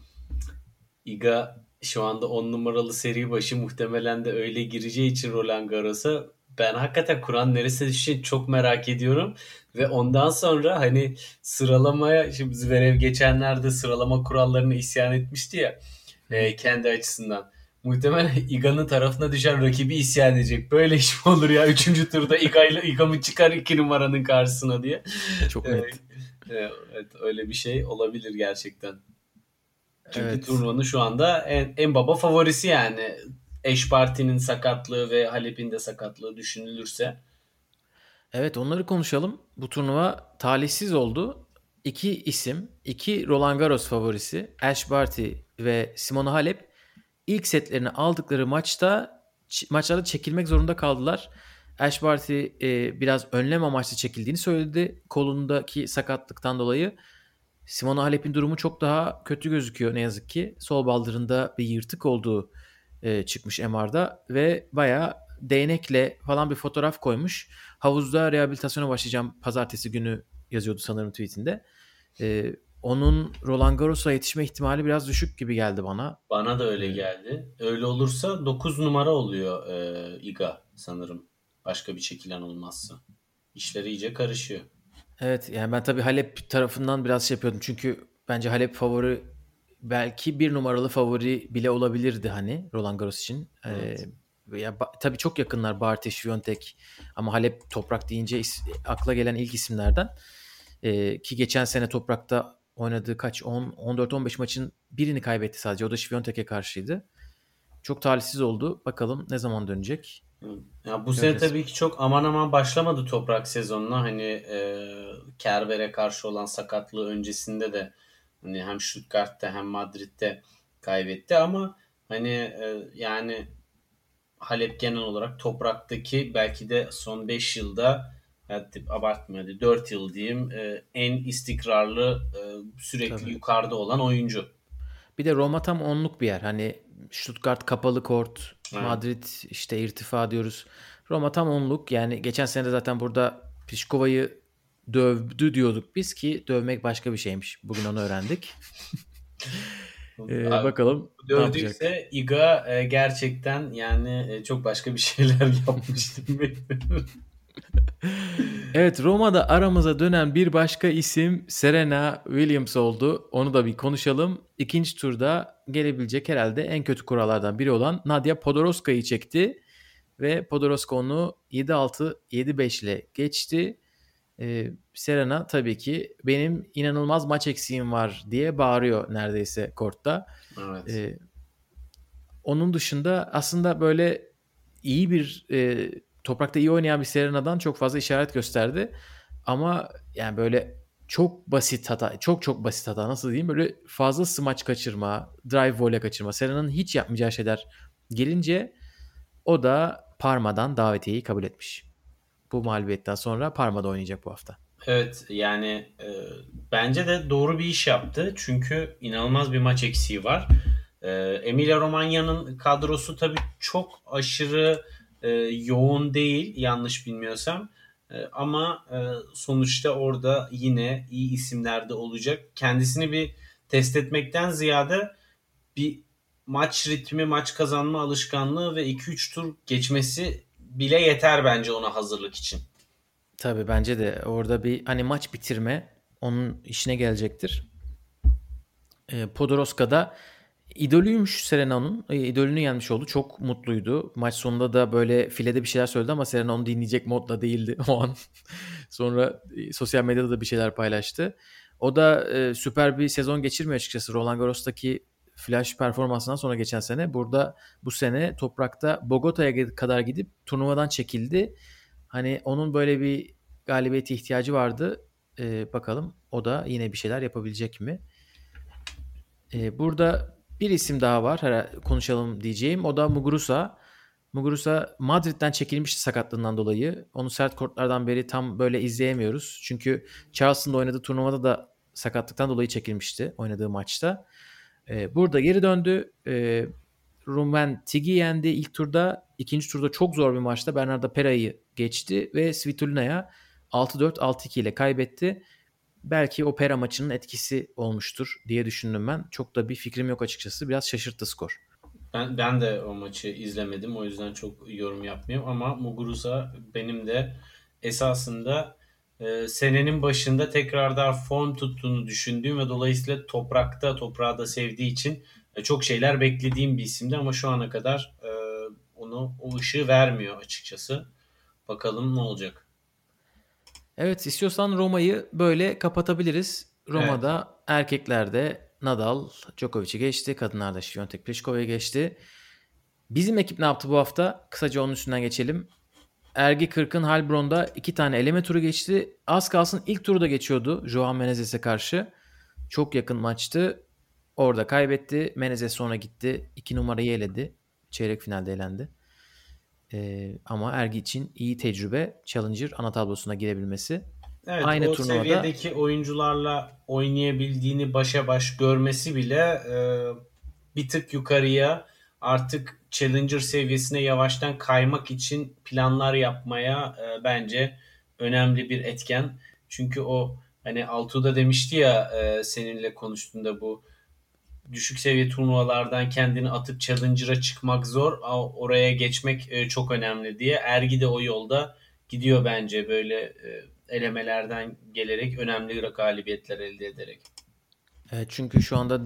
Iga şu anda 10 numaralı seri başı, muhtemelen de öyle gireceği için Roland Garros'a, ben hakikaten Kur'an neresi düşecek çok merak ediyorum. Ve ondan sonra hani sıralamaya, şimdi Zverev geçenlerde sıralama kurallarına isyan etmişti ya kendi açısından. Muhtemelen Iga'nın tarafına düşen rakibi isyan edecek. Böyle iş mi olur ya? 3. turda Iga mı çıkar 2 numaranın karşısına diye. Çok net. Evet, öyle bir şey olabilir gerçekten. Çünkü Evet. turnuvanın şu anda en baba favorisi yani. Eş partinin sakatlığı ve Halep'in de sakatlığı düşünülürse. Evet, onları konuşalım. Bu turnuva talihsiz oldu. 2 isim, 2 Roland Garros favorisi Ash Barty ve Simona Halep ilk setlerini aldıkları maçlarda çekilmek zorunda kaldılar. Ash Barty biraz önlem amaçlı çekildiğini söyledi kolundaki sakatlıktan dolayı. Simona Halep'in durumu çok daha kötü gözüküyor ne yazık ki. Sol baldırında bir yırtık olduğu çıkmış MR'da ve bayağı değnekle falan bir fotoğraf koymuş. Havuzda rehabilitasyona başlayacağım pazartesi günü yazıyordu sanırım tweetinde. Onun Roland Garros'a yetişme ihtimali biraz düşük gibi geldi bana. Bana da öyle geldi. Öyle olursa 9 numara oluyor Iga sanırım. Başka bir çekilen olmazsa. İşleri iyice karışıyor. Evet, yani ben tabii Halep tarafından biraz şey yapıyordum. Çünkü bence Halep favori, belki 1 numaralı favori bile olabilirdi hani Roland Garros için. Evet. Tabii çok yakınlar Barty, Świątek, ama Halep toprak deyince akla gelen ilk isimlerden. Ki geçen sene toprakta oynadığı 14-15 maçın birini kaybetti sadece. O da Świątek'e karşıydı. Çok talihsiz oldu. Bakalım ne zaman dönecek. Ya bu sene tabii ki çok aman aman başlamadı toprak sezonuna. Hani Kerber'e karşı olan sakatlığı öncesinde de hani hem Stuttgart'ta hem Madrid'de kaybetti ama hani yani Halep genel olarak topraktaki belki de son 5 yılda, hadi abartmayın, hadi 4 yıl diyeyim, en istikrarlı, sürekli Tabii. yukarıda olan oyuncu. Bir de Roma tam onluk bir yer. Hani Stuttgart kapalı kort, Evet. Madrid işte irtifa diyoruz. Roma tam onluk. Yani geçen sene de zaten burada Pliškova'yı dövdü diyorduk biz, ki dövmek başka bir şeymiş. Bugün onu öğrendik. Bakalım ne yapacak. Dövdüyse Iga gerçekten yani çok başka bir şeyler yapmış. Evet, Roma'da aramıza dönen bir başka isim Serena Williams oldu. Onu da bir konuşalım. İkinci turda gelebilecek herhalde en kötü kurallardan biri olan Nadia Podoroska'yı çekti. Ve Podoroska onu 7-6, 7-5 ile geçti. Serena tabii ki benim inanılmaz maç eksiğim var diye bağırıyor neredeyse kortta. Evet. Onun dışında aslında böyle iyi bir toprakta iyi oynayan bir Serena'dan çok fazla işaret gösterdi. Ama yani böyle çok basit hata, çok basit hata, nasıl diyeyim, böyle fazla smaç kaçırma, drive voley kaçırma, Serena'nın hiç yapmayacağı şeyler gelince o da Parma'dan davetiyeyi kabul etmiş. Bu mağlubiyetten sonra Parma'da oynayacak bu hafta. Evet, yani bence de doğru bir iş yaptı. Çünkü inanılmaz bir maç eksiği var. Emilia-Romanya'nın kadrosu tabii çok aşırı yoğun değil, yanlış bilmiyorsam. Ama sonuçta orada yine iyi isimler de olacak. Kendisini bir test etmekten ziyade bir maç ritmi, maç kazanma alışkanlığı ve 2-3 tur geçmesi bile yeter bence ona hazırlık için. Tabii bence de orada bir hani maç bitirme onun işine gelecektir. Podoroska'da idolüymüş Serena'nın. İdolünü yenmiş oldu. Çok mutluydu. Maç sonunda da böyle filede bir şeyler söyledi ama Serena onu dinleyecek modda değildi o an. Sonra sosyal medyada da bir şeyler paylaştı. O da süper bir sezon geçirmiyor açıkçası. Roland Garros'taki flash performansından sonra geçen sene. Burada bu sene toprakta Bogota'ya kadar gidip turnuvadan çekildi. Hani onun böyle bir galibiyete ihtiyacı vardı. Bakalım o da yine bir şeyler yapabilecek mi? Burada bir isim daha var konuşalım diyeceğim. O da Muguruza. Muguruza Madrid'den çekilmişti sakatlığından dolayı. Onu sert kortlardan beri tam böyle izleyemiyoruz. Çünkü Charleston'da oynadığı turnuvada da sakatlıktan dolayı çekilmişti oynadığı maçta. Burada geri döndü. Rumen Tig'i yendi ilk turda. İkinci turda çok zor bir maçta Bernarda Pera'yı geçti ve Svitolina'ya 6-4, 6-2 ile kaybetti. Belki o Pera maçının etkisi olmuştur diye düşündüm ben. Çok da bir fikrim yok açıkçası. Biraz şaşırttı skor. Ben de o maçı izlemedim. O yüzden çok yorum yapmıyorum. Ama Muguruza benim de esasında senenin başında tekrardan form tuttuğunu düşündüğüm ve dolayısıyla toprağı da sevdiği için çok şeyler beklediğim bir isimdi. Ama şu ana kadar o ışığı vermiyor açıkçası. Bakalım ne olacak. Evet, istiyorsan Roma'yı böyle kapatabiliriz. Roma'da evet. Erkeklerde Nadal Djokovic'i geçti. Kadınlarda Świątek Pliškova'yı geçti. Bizim ekip ne yaptı bu hafta? Kısaca onun üstünden geçelim. Ergi Kırk'ın Heilbronn'da 2 tane eleme turu geçti. Az kalsın ilk turu da geçiyordu Joao Menezes'e karşı. Çok yakın maçtı. Orada kaybetti. Menezes sonra gitti. 2 numarayı eledi. Çeyrek finalde elendi. Ama Ergi için iyi tecrübe. Challenger ana tablosuna girebilmesi. Evet, aynı o turnuvada seviyedeki oyuncularla oynayabildiğini başa baş görmesi bile bir tık yukarıya artık Challenger seviyesine yavaştan kaymak için planlar yapmaya bence önemli bir etken. Çünkü o hani Altuğ'da demişti ya seninle konuştuğunda bu düşük seviye turnuvalardan kendini atıp Challenger'a çıkmak zor. Oraya geçmek çok önemli diye. Ergi de o yolda gidiyor bence böyle elemelerden gelerek önemli galibiyetler elde ederek. Çünkü şu anda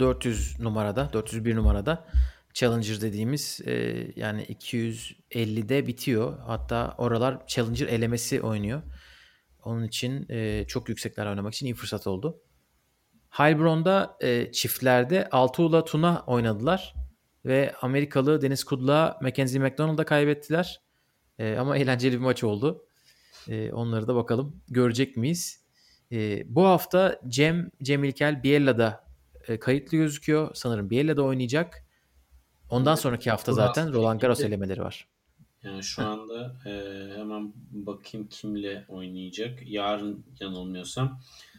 401 numarada Challenger dediğimiz yani 250'de bitiyor. Hatta oralar Challenger elemesi oynuyor. Onun için çok yüksekler oynamak için iyi fırsat oldu. Heilbronn'da çiftlerde Altuğ'la Tuna oynadılar. Ve Amerikalı Deniz Kudla Mackenzie McDonald'a kaybettiler. Ama eğlenceli bir maç oldu. Onları da bakalım görecek miyiz? Bu hafta Cem İlkel Biella'da kayıtlı gözüküyor. Sanırım Biella'da oynayacak. Ondan sonraki hafta zaten Roland Garros elemeleri var. Yani şu anda hemen bakayım kimle oynayacak. Yarın yanılmıyorsam.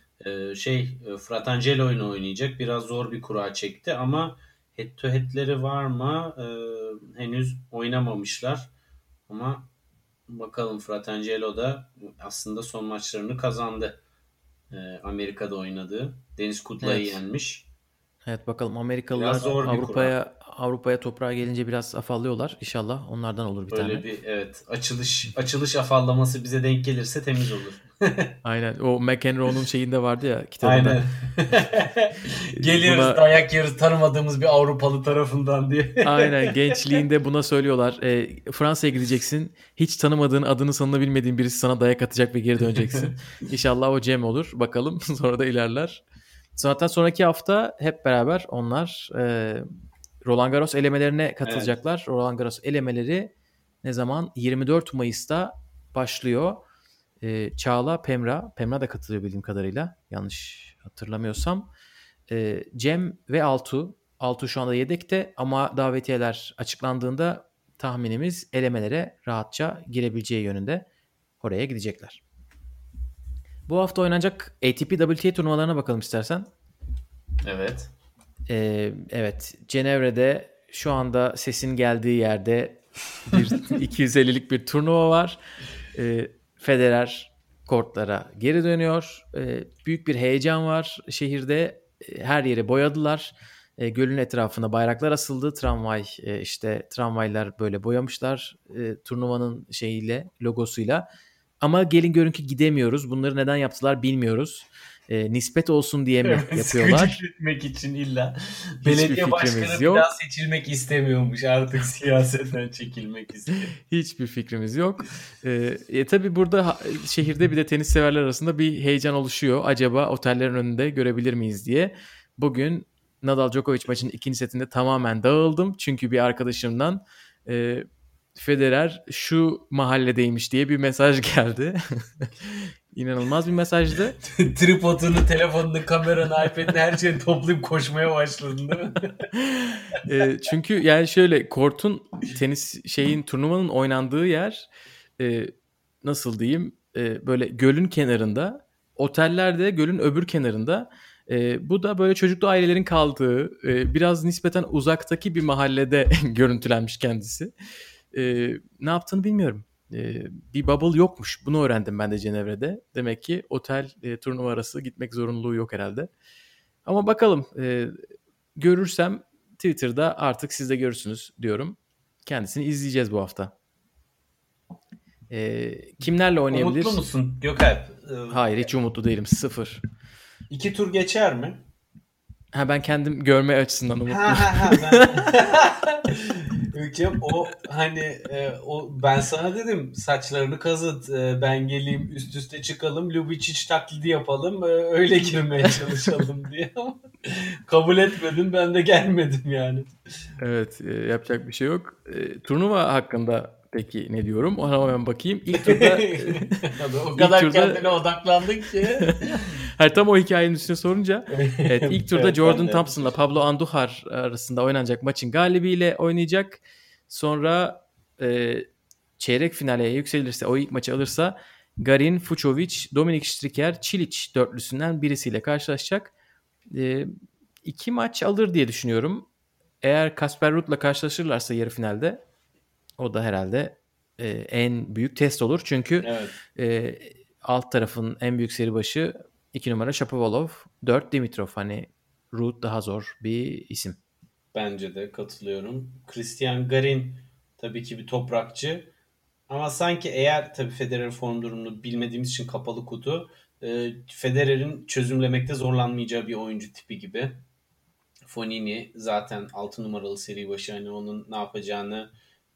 Fratangelo ile oynayacak. Biraz zor bir kura çekti ama head to head'leri var mı? Henüz oynamamışlar. Ama bakalım, Fratangelo da aslında son maçlarını kazandı. Amerika'da oynadığı. Deniz Kudla'yı yenmiş. Evet, bakalım Amerikalılar Avrupa'ya toprağa gelince biraz afallıyorlar. İnşallah onlardan olur bir öyle tane. Öyle bir evet açılış afallaması bize denk gelirse temiz olur. Aynen, o McEnroe'nun şeyinde vardı ya kitabında. Aynen. Geliyoruz dayak yeriz tanımadığımız bir Avrupalı tarafından diye. Aynen, gençliğinde buna söylüyorlar. Fransa'ya gideceksin. Hiç tanımadığın, adını sanını bilmediğin birisi sana dayak atacak ve geri döneceksin. İnşallah o Cem olur. Bakalım sonra da ilerler. Zaten sonraki hafta hep beraber onlar Roland Garros elemelerine katılacaklar. Evet. Roland Garros elemeleri Ne zaman? 24 Mayıs'ta başlıyor. Çağla, Pemra da katılıyor bildiğim kadarıyla. Yanlış hatırlamıyorsam. Cem ve Altu. Altu şu anda yedekte ama davetiyeler açıklandığında tahminimiz elemelere rahatça girebileceği yönünde. Oraya gidecekler. Bu hafta oynanacak ATP WTA turnuvalarına bakalım istersen. Evet. Evet. Cenevre'de şu anda sesin geldiği yerde bir 250'lik bir turnuva var. Federer kortlara geri dönüyor. Büyük bir heyecan var şehirde. Her yeri boyadılar. Gölün etrafına bayraklar asıldı. Tramvaylar böyle boyamışlar turnuvanın logosuyla. Ama gelin görün ki gidemiyoruz. Bunları neden yaptılar bilmiyoruz. Nispet olsun diye mi yapıyorlar? Sıkıcı gitmek için illa. Hiçbir Belediye başkanı fikrimiz bir yok. daha seçilmek istemiyormuş. Artık siyasetten çekilmek istiyor. Hiçbir fikrimiz yok. Tabii burada şehirde bir de tenis severler arasında bir heyecan oluşuyor. Acaba otellerin önünde görebilir miyiz diye. Bugün Nadal Djokovic maçının ikinci setinde tamamen dağıldım. Çünkü bir arkadaşımdan Federer şu mahalledeymiş diye bir mesaj geldi. İnanılmaz bir mesajdı. Tripodunu, telefonunu, kameranı, iPad'ini her şeyi toplayıp koşmaya başladın değil mi? Çünkü yani şöyle kortun turnuvanın oynandığı yer nasıl diyeyim böyle gölün kenarında, oteller de gölün öbür kenarında. Bu da böyle çocuklu ailelerin kaldığı biraz nispeten uzaktaki bir mahallede görüntülenmiş kendisi. Ne yaptığını bilmiyorum. Bir bubble yokmuş. Bunu öğrendim ben de Cenevre'de. Demek ki otel turnuva arası gitmek zorunluluğu yok herhalde. Ama bakalım görürsem Twitter'da artık siz de görürsünüz diyorum. Kendisini izleyeceğiz bu hafta. Kimlerle oynayabilir? Umutlu musun Gökalp? Hayır, hiç umutlu değilim. 0. 2 tur geçer mi? Ben kendim görme açısından umutluyum. Ülkem o hani ben sana dedim saçlarını kazıt, ben geleyim üst üste çıkalım, Lubicic taklidi yapalım, öyle girmeye çalışalım diye ama kabul etmedin, ben de gelmedim yani. Evet, yapacak bir şey yok. Turnuva hakkında peki ne diyorum? Ona hemen bakayım. İlk turda o kadar kendine odaklandın ki. Tam o hikayenin üstüne sorunca. Evet, ilk turda Evet, Jordan Thompson'la Pablo Andujar arasında oynanacak maçın galibiyle oynayacak. Sonra çeyrek finale yükselirse, o ilk maçı alırsa Garin, Fucsovics, Dominik Striker, Cilic dörtlüsünden birisiyle karşılaşacak. 2 maç alır diye düşünüyorum. Eğer Casper Ruud'la karşılaşırlarsa yarı finalde, o da herhalde en büyük test olur. Çünkü alt tarafın en büyük seri başı 2 numara Shapovalov, 4 Dimitrov. Hani Ruud daha zor bir isim. Bence de katılıyorum. Christian Garin tabii ki bir toprakçı. Ama sanki eğer tabii Federer form durumunu bilmediğimiz için kapalı kutu, Federer'in çözümlemekte zorlanmayacağı bir oyuncu tipi gibi. Fognini zaten 6 numaralı seri başı, hani onun ne yapacağını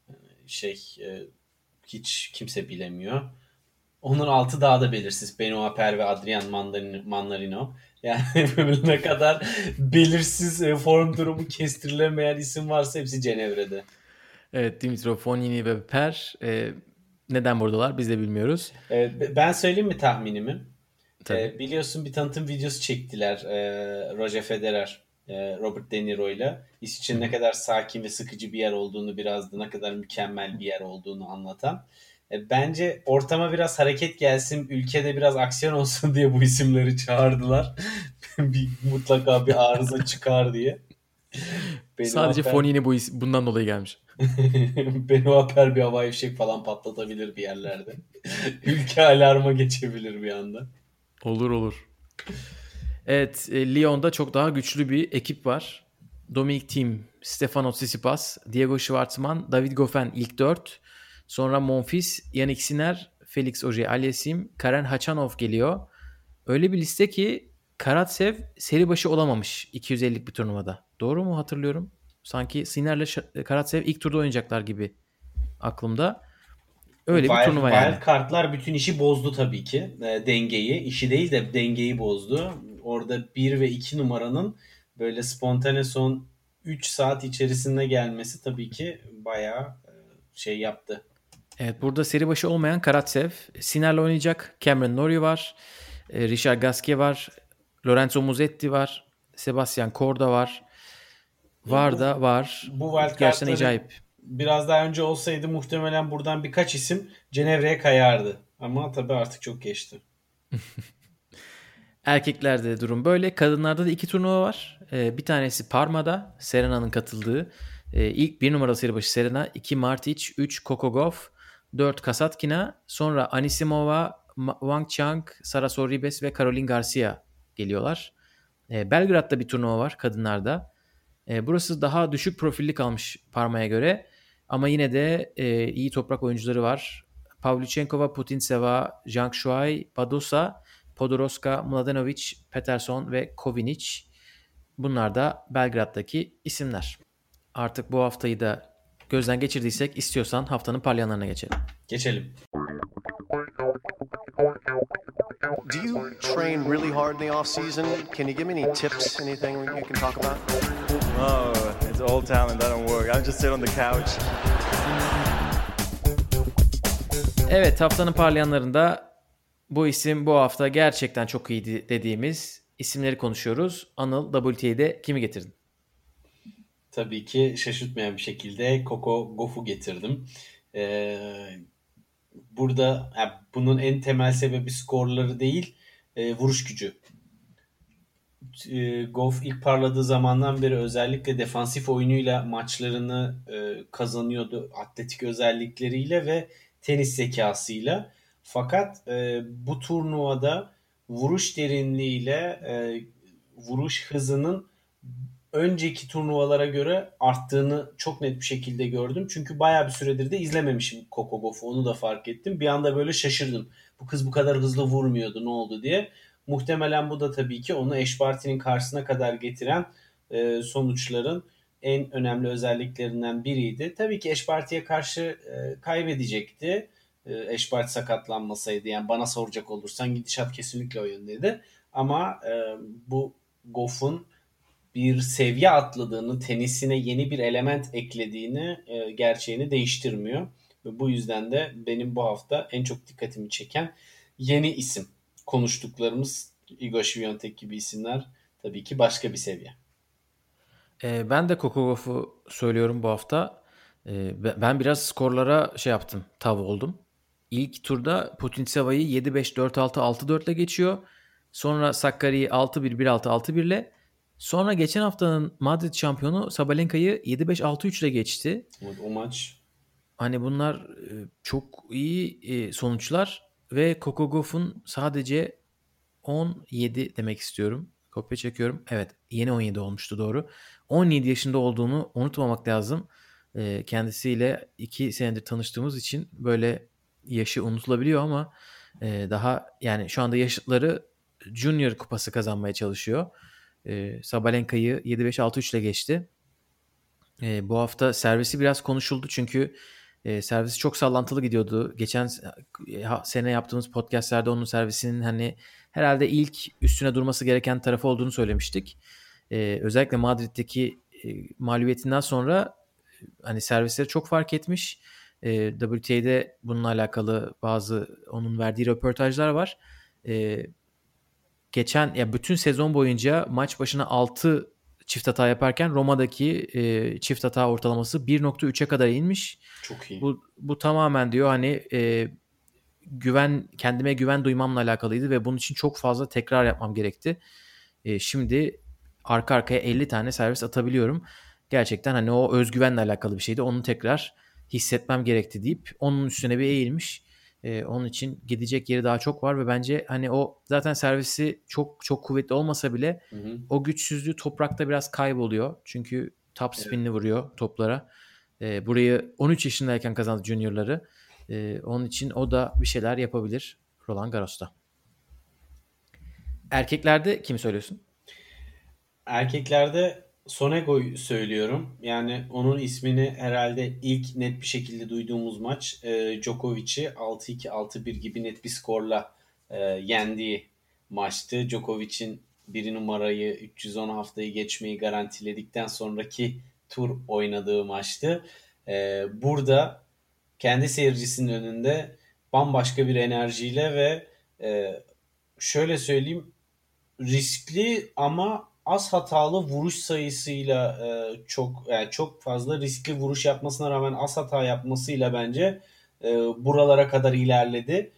hiç kimse bilemiyor. Onun altı daha da belirsiz. Benoît Paire ve Adrian Mannarino. Yani ne kadar belirsiz form durumu kestirilemeyen isim varsa hepsi Cenevre'de. Evet, Dimitrov, Fognini ve Paire neden buradalar biz de bilmiyoruz. Ben söyleyeyim mi tahminimi? Tabii. Biliyorsun bir tanıtım videosu çektiler Roger Federer, Robert De Niro ile. İsviçre'nin ne kadar sakin ve sıkıcı bir yer olduğunu, biraz da ne kadar mükemmel bir yer olduğunu anlatan. Bence ortama biraz hareket gelsin, ülkede biraz aksiyon olsun diye bu isimleri çağırdılar. Mutlaka bir arıza çıkar diye. Sadece Fognini bundan dolayı gelmiş. Benoît Paire bir havai fişek falan patlatabilir bir yerlerde. Ülke alarma geçebilir bir anda. Olur. Evet, Lyon'da çok daha güçlü bir ekip var. Dominic Thiem, Stefanos Tsitsipas, Diego Schwartzman, David Goffin ilk 4. Sonra Monfils, Yannick Sinner, Felix Auger-Aliassime, Karen Khachanov geliyor. Öyle bir liste ki Karatsev seri başı olamamış 250'lik bir turnuvada. Doğru mu hatırlıyorum? Sanki Sinner'le Karatsev ilk turda oynayacaklar gibi aklımda. Öyle bir turnuva yani. Wild kartlar bütün işi bozdu tabii ki. Dengeyi. İşi değil de dengeyi bozdu. Orada 1 ve 2 numaranın böyle spontane son 3 saat içerisinde gelmesi tabii ki bayağı yaptı. Evet, burada seri başı olmayan Karatsev. Sinner'le oynayacak. Cameron Norrie var. Richard Gasquet var. Lorenzo Musetti var. Sebastian Korda var. Var Bu da var. bu Gerçekten wildcard'ları acayip. biraz daha önce olsaydı muhtemelen buradan birkaç isim Cenevre'ye kayardı. Ama tabii artık çok geçti. Erkeklerde durum böyle. Kadınlarda da 2 turnuva var. Bir tanesi Parma'da. Serena'nın katıldığı. İlk 1 numaralı seri başı Serena. 2 Martic. 3 Coco Gauff. 4 Kasatkina. Sonra Anisimova, Wang Chang, Sara Sorribes ve Caroline Garcia geliyorlar. Belgrad'da bir turnuva var kadınlarda. Burası daha düşük profilli kalmış Parma'ya göre. Ama yine de iyi toprak oyuncuları var. Pavlyuchenkova, Putintseva, Zhang Shuai, Badosa, Podoroska, Mladenovic, Peterson ve Kovinic. Bunlar da Belgrad'daki isimler. Artık bu haftayı da gözden geçirdiysek istiyorsan haftanın parlayanlarına geçelim. Geçelim. Do you train really hard in the off season? Can you give me any tips, anything you can talk about? Oh, it's old talent. That don't work. I just sit on the couch. Evet, haftanın parlayanlarında bu isim bu hafta gerçekten çok iyiydi dediğimiz isimleri konuşuyoruz. Anıl, WTA'de kimi getirdin? Tabii ki şaşırtmayan bir şekilde Coco Gauff'u getirdim. Burada bunun en temel sebebi skorları değil, vuruş gücü. Gauff ilk parladığı zamandan beri özellikle defansif oyunuyla maçlarını kazanıyordu. Atletik özellikleriyle ve tenis zekasıyla. Fakat bu turnuvada vuruş derinliğiyle vuruş hızının önceki turnuvalara göre arttığını çok net bir şekilde gördüm. Çünkü bayağı bir süredir de izlememişim Coco Gauff'u. Onu da fark ettim. Bir anda böyle şaşırdım. Bu kız bu kadar hızlı vurmuyordu, ne oldu diye. Muhtemelen bu da tabii ki onu Eşbarti'nin karşısına kadar getiren sonuçların en önemli özelliklerinden biriydi. Tabii ki Eşbarti'ye karşı kaybedecekti. Eşbarti sakatlanmasaydı, yani bana soracak olursan gidişat kesinlikle o yöndeydi. Ama bu Gauff'un bir seviye atladığını, tenisine yeni bir element eklediğini, gerçeğini değiştirmiyor. Ve bu yüzden de benim bu hafta en çok dikkatimi çeken yeni isim. Konuştuklarımız Igor Swiatek gibi isimler tabii ki başka bir seviye. Ben de Coco Gauff'u söylüyorum bu hafta. Ben biraz skorlara yaptım, tav oldum. İlk turda Putintseva'yı 7-5, 4-6, 6-4 ile geçiyor. Sonra Sakkari'yi 6-1, 1-6, 6-1 ile. Sonra geçen haftanın Madrid şampiyonu Sabalenka'yı 7-5, 6-3 ile geçti. Evet, o maç. Hani bunlar çok iyi sonuçlar ve Coco Gauff'un sadece 17 demek istiyorum. Kopya çekiyorum. Evet, yeni 17 olmuştu, doğru. 17 yaşında olduğunu unutmamak lazım. Kendisiyle 2 senedir tanıştığımız için böyle yaşı unutulabiliyor ama daha yani şu anda yaşıtları Junior kupası kazanmaya çalışıyor. Sabalenka'yı 7-5-6-3 ile geçti. Bu hafta servisi biraz konuşuldu çünkü servisi çok sallantılı gidiyordu. Geçen sene yaptığımız podcastlerde onun servisinin hani herhalde ilk üstüne durması gereken tarafı olduğunu söylemiştik. Özellikle Madrid'deki mağlubiyetinden sonra hani servisleri çok fark etmiş. WTA'de bununla alakalı bazı onun verdiği röportajlar var. Geçen ya bütün sezon boyunca maç başına 6 çift hata yaparken Roma'daki çift hata ortalaması 1.3'e kadar inmiş. Çok iyi. Bu tamamen diyor hani kendime güven duymamla alakalıydı ve bunun için çok fazla tekrar yapmam gerekti. Şimdi arka arkaya 50 tane servis atabiliyorum. Gerçekten hani o özgüvenle alakalı bir şeydi. Onu tekrar hissetmem gerekti deyip onun üstüne bir eğilmiş. Onun için gidecek yeri daha çok var ve bence hani o zaten servisi çok çok kuvvetli olmasa bile o güçsüzlüğü toprakta biraz kayboluyor. Çünkü top spin'li vuruyor toplara. Burayı 13 yaşındayken kazandı juniorları. Onun için o da bir şeyler yapabilir Roland Garros'ta. Erkeklerde kimi söylüyorsun? Erkeklerde Sonego'yu söylüyorum. Yani onun ismini herhalde ilk net bir şekilde duyduğumuz maç Djokovic'i 6-2, 6-1 gibi net bir skorla yendiği maçtı. Djokovic'in 1 numarayı 310 haftayı geçmeyi garantiledikten sonraki tur oynadığı maçtı. Burada kendi seyircisinin önünde bambaşka bir enerjiyle ve şöyle söyleyeyim, riskli ama az hatalı vuruş sayısıyla çok fazla riskli vuruş yapmasına rağmen az hata yapmasıyla bence buralara kadar ilerledi.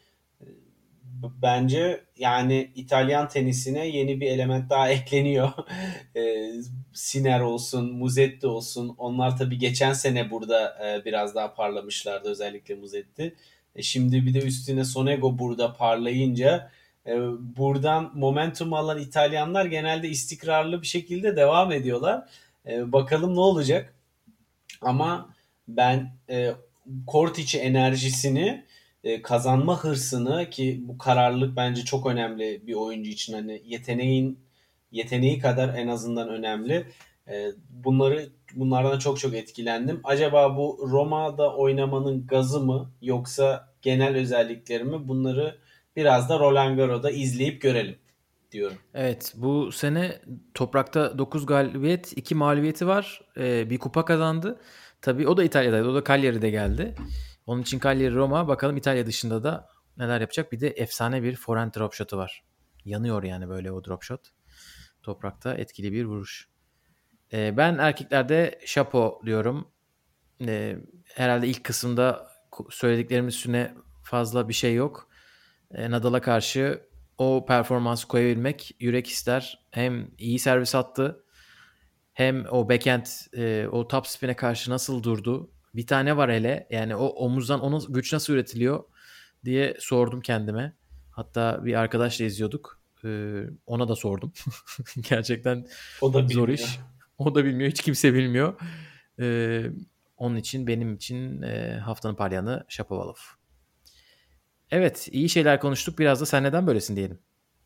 Bence yani İtalyan tenisine yeni bir element daha ekleniyor. Sinner olsun, Musetti olsun. Onlar tabii geçen sene burada biraz daha parlamışlardı, özellikle Musetti. Şimdi bir de üstüne Sonego burada parlayınca buradan momentum alan İtalyanlar genelde istikrarlı bir şekilde devam ediyorlar. Bakalım ne olacak? Ama ben kort içi enerjisini, kazanma hırsını, ki bu kararlılık bence çok önemli bir oyuncu için, hani yeteneği kadar en azından önemli. Bunlardan çok çok etkilendim. Acaba bu Roma'da oynamanın gazı mı yoksa genel özellikleri mi? Bunları biraz da Roland Garros'da izleyip görelim diyorum. Evet, bu sene toprakta 9 galibiyet, 2 mağlubiyeti var. Bir kupa kazandı. Tabii o da İtalya'daydı. O da Cagliari'de geldi. Onun için Cagliari Roma, bakalım İtalya dışında da neler yapacak. Bir de efsane bir forehand drop shot'u var. Yanıyor yani böyle o drop shot. Toprakta etkili bir vuruş. Ben erkeklerde şapo diyorum. Herhalde ilk kısımda söylediklerimin üstüne fazla bir şey yok. Nadal'a karşı o performansı koyabilmek yürek ister. Hem iyi servis attı, hem o backhand, o top spin'e karşı nasıl durdu. Bir tane var hele, yani o omuzdan onun güç nasıl üretiliyor diye sordum kendime. Hatta bir arkadaşla izliyorduk. Ona da sordum. Gerçekten O da zor bilmiyor. iş. O da bilmiyor. Hiç kimse bilmiyor. Onun için benim için haftanın parlayanı Shapovalov. Evet, iyi şeyler konuştuk. Biraz da sen neden böylesin diyelim.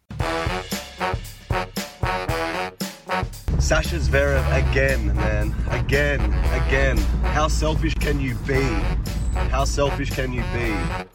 Sasha Zverev again, man. Again. How selfish can you be? How selfish can you be?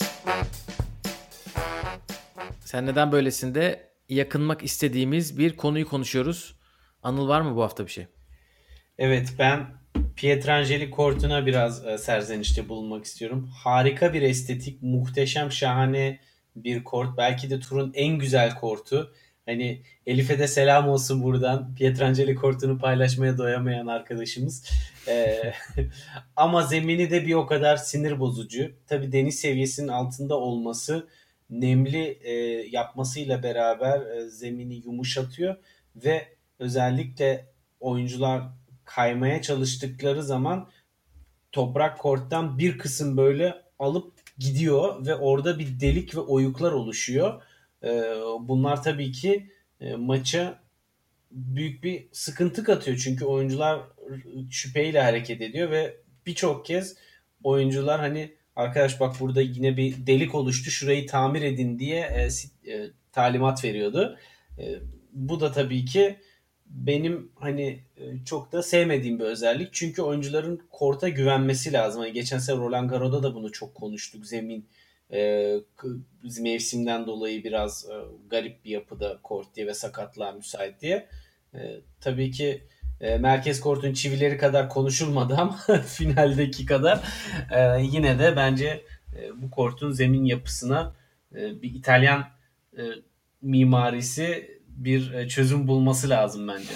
Sen neden böylesin de yakınmak istediğimiz bir konuyu konuşuyoruz. Anıl, var mı bu hafta bir şey? Evet, ben Pietrangeli kortuna biraz serzenişte bulunmak istiyorum. Harika bir estetik, muhteşem, şahane bir kort. Belki de turun en güzel kortu. Hani Elif'e de selam olsun buradan. Pietrangeli kortunu paylaşmaya doyamayan arkadaşımız. Ama zemini de bir o kadar sinir bozucu. Tabii deniz seviyesinin altında olması, nemli yapmasıyla beraber zemini yumuşatıyor ve özellikle oyuncular kaymaya çalıştıkları zaman toprak korttan bir kısım böyle alıp gidiyor ve orada bir delik ve oyuklar oluşuyor. Bunlar tabii ki maça büyük bir sıkıntı katıyor. Çünkü oyuncular şüpheyle hareket ediyor ve birçok kez oyuncular hani arkadaş bak burada yine bir delik oluştu, şurayı tamir edin diye talimat veriyordu. Bu da tabii ki benim hani çok da sevmediğim bir özellik. Çünkü oyuncuların korta güvenmesi lazım. Hani geçen sene Roland Garros'da da bunu çok konuştuk. Zemin mevsimden dolayı biraz garip bir yapıda kort diye ve sakatlığa müsait diye. Tabii ki merkez kortun çivileri kadar konuşulmadı ama finaldeki kadar yine de bence bu kortun zemin yapısına bir İtalyan mimarisi bir çözüm bulması lazım bence.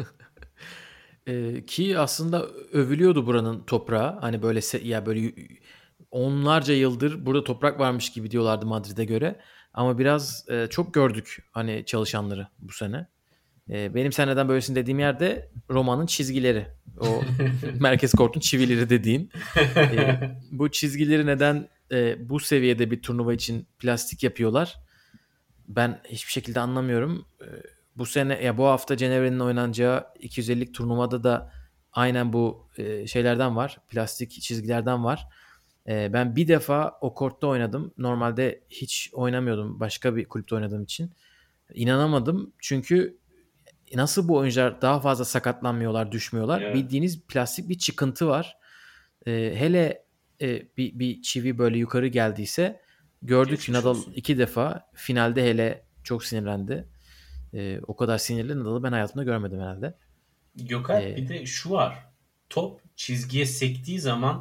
Ki aslında övülüyordu buranın toprağı. Hani böyle ya böyle onlarca yıldır burada toprak varmış gibi diyorlardı Madrid'e göre. Ama biraz çok gördük hani çalışanları bu sene. Benim sen neden böylesin dediğim yerde Roma'nın çizgileri. O merkez kortun çivileri dediğin. Bu çizgileri neden bu seviyede bir turnuva için plastik yapıyorlar? Ben hiçbir şekilde anlamıyorum. Bu sene ya bu hafta Cenevre'nin oynanacağı 250'lik turnuvada da aynen bu şeylerden var. Plastik çizgilerden var. Ben bir defa o kortta oynadım. Normalde hiç oynamıyordum başka bir kulüpte oynadığım için. İnanamadım. Çünkü nasıl bu oyuncular daha fazla sakatlanmıyorlar, düşmüyorlar? Evet. Bildiğiniz plastik bir çıkıntı var. Hele bir çivi böyle yukarı geldiyse gördük ki Nadal 2 defa finalde hele çok sinirlendi. O kadar sinirli Nadal'ı ben hayatımda görmedim herhalde. Gökhan bir de şu var. Top çizgiye sektiği zaman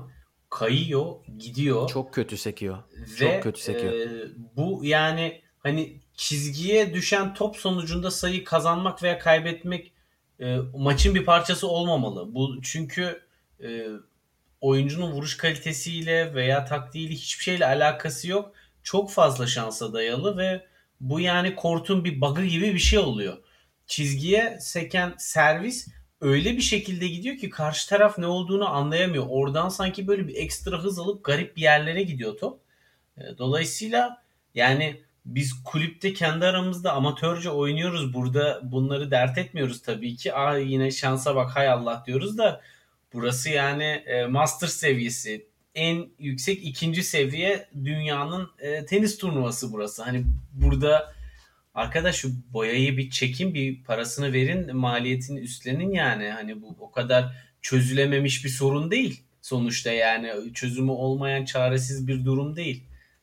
kayıyor, gidiyor. Çok kötü sekiyor. Ve Çok kötü sekiyor. Bu yani hani çizgiye düşen top sonucunda sayı kazanmak veya kaybetmek maçın bir parçası olmamalı. Bu çünkü oyuncunun vuruş kalitesiyle veya taktiğiyle hiçbir şeyle alakası yok. Çok fazla şansa dayalı ve bu yani kortun bir bug'ı gibi bir şey oluyor. Çizgiye seken servis öyle bir şekilde gidiyor ki karşı taraf ne olduğunu anlayamıyor. Oradan sanki böyle bir ekstra hız alıp garip bir yerlere gidiyor top. Dolayısıyla yani biz kulüpte kendi aramızda amatörce oynuyoruz. Burada bunları dert etmiyoruz tabii ki. Yine şansa bak hay Allah diyoruz da burası yani master seviyesi. En yüksek 2. seviye dünyanın tenis turnuvası burası. Hani burada arkadaş şu boyayı bir çekin, bir parasını verin, maliyetini üstlenin yani. Hani bu o kadar çözülememiş bir sorun değil. Sonuçta yani çözümü olmayan çaresiz bir durum değil.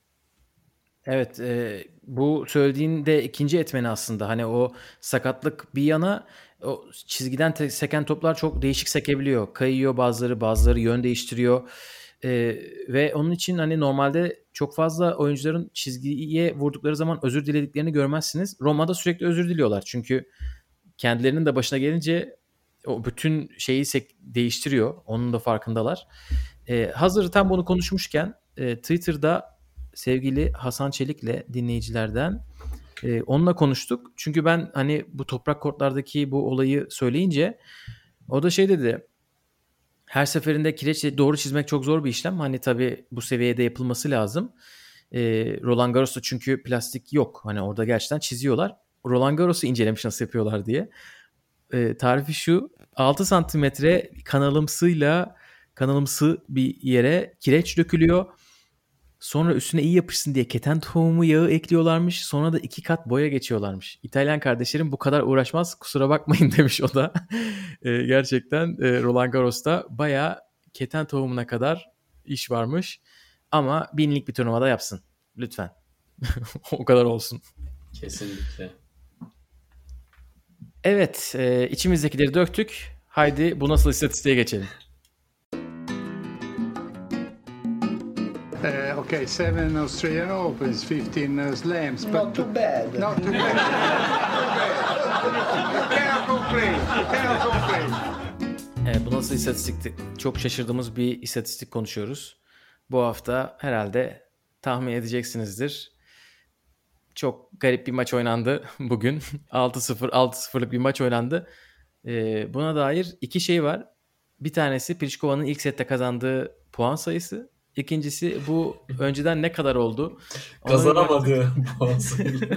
Evet, bu söylediğin de ikinci etmeni aslında. Hani o sakatlık bir yana, o çizgiden seken toplar çok değişik sekebiliyor. Kayıyor bazıları yön değiştiriyor. Ve onun için hani normalde çok fazla oyuncuların çizgiye vurdukları zaman özür dilediklerini görmezsiniz. Roma'da sürekli özür diliyorlar. Çünkü kendilerinin de başına gelince o bütün şeyi değiştiriyor. Onun da farkındalar. Hazır tam bunu konuşmuşken Twitter'da sevgili Hasan Çelik'le dinleyicilerden onunla konuştuk. Çünkü ben hani bu toprak kortlardaki bu olayı söyleyince o da şey dedi. Her seferinde kireçle doğru çizmek çok zor bir işlem. Hani tabii bu seviyede yapılması lazım. Roland Garros'ta çünkü plastik yok. Hani orada gerçekten çiziyorlar. Roland Garros'u incelemiş nasıl yapıyorlar diye. Tarifi şu: 6 santimetre kanalımsı bir yere kireç dökülüyor. Sonra üstüne iyi yapışsın diye keten tohumu yağı ekliyorlarmış. Sonra da 2 kat boya geçiyorlarmış. İtalyan kardeşlerim bu kadar uğraşmaz, kusura bakmayın demiş o da. Gerçekten Roland Garros'ta bayağı keten tohumuna kadar iş varmış. Ama binlik bir turnuvada yapsın. Lütfen. O kadar olsun. Kesinlikle. Evet, içimizdekileri döktük. Haydi bu nasıl istatistiğe geçelim. Okay, 7 Australian Opens, 15 Slams. Not too bad. Not too bad. Cannot complain. Bu nasıl istatistikti? Çok şaşırdığımız bir istatistik konuşuyoruz. Bu hafta herhalde tahmin edeceksinizdir. Çok garip bir maç oynandı bugün. 6-0'lık bir maç oynandı. Buna dair 2 şey var. Bir tanesi Pliškova'nın ilk sette kazandığı puan sayısı. İkincisi bu önceden ne kadar oldu? Kazanamadığı puan sayısı.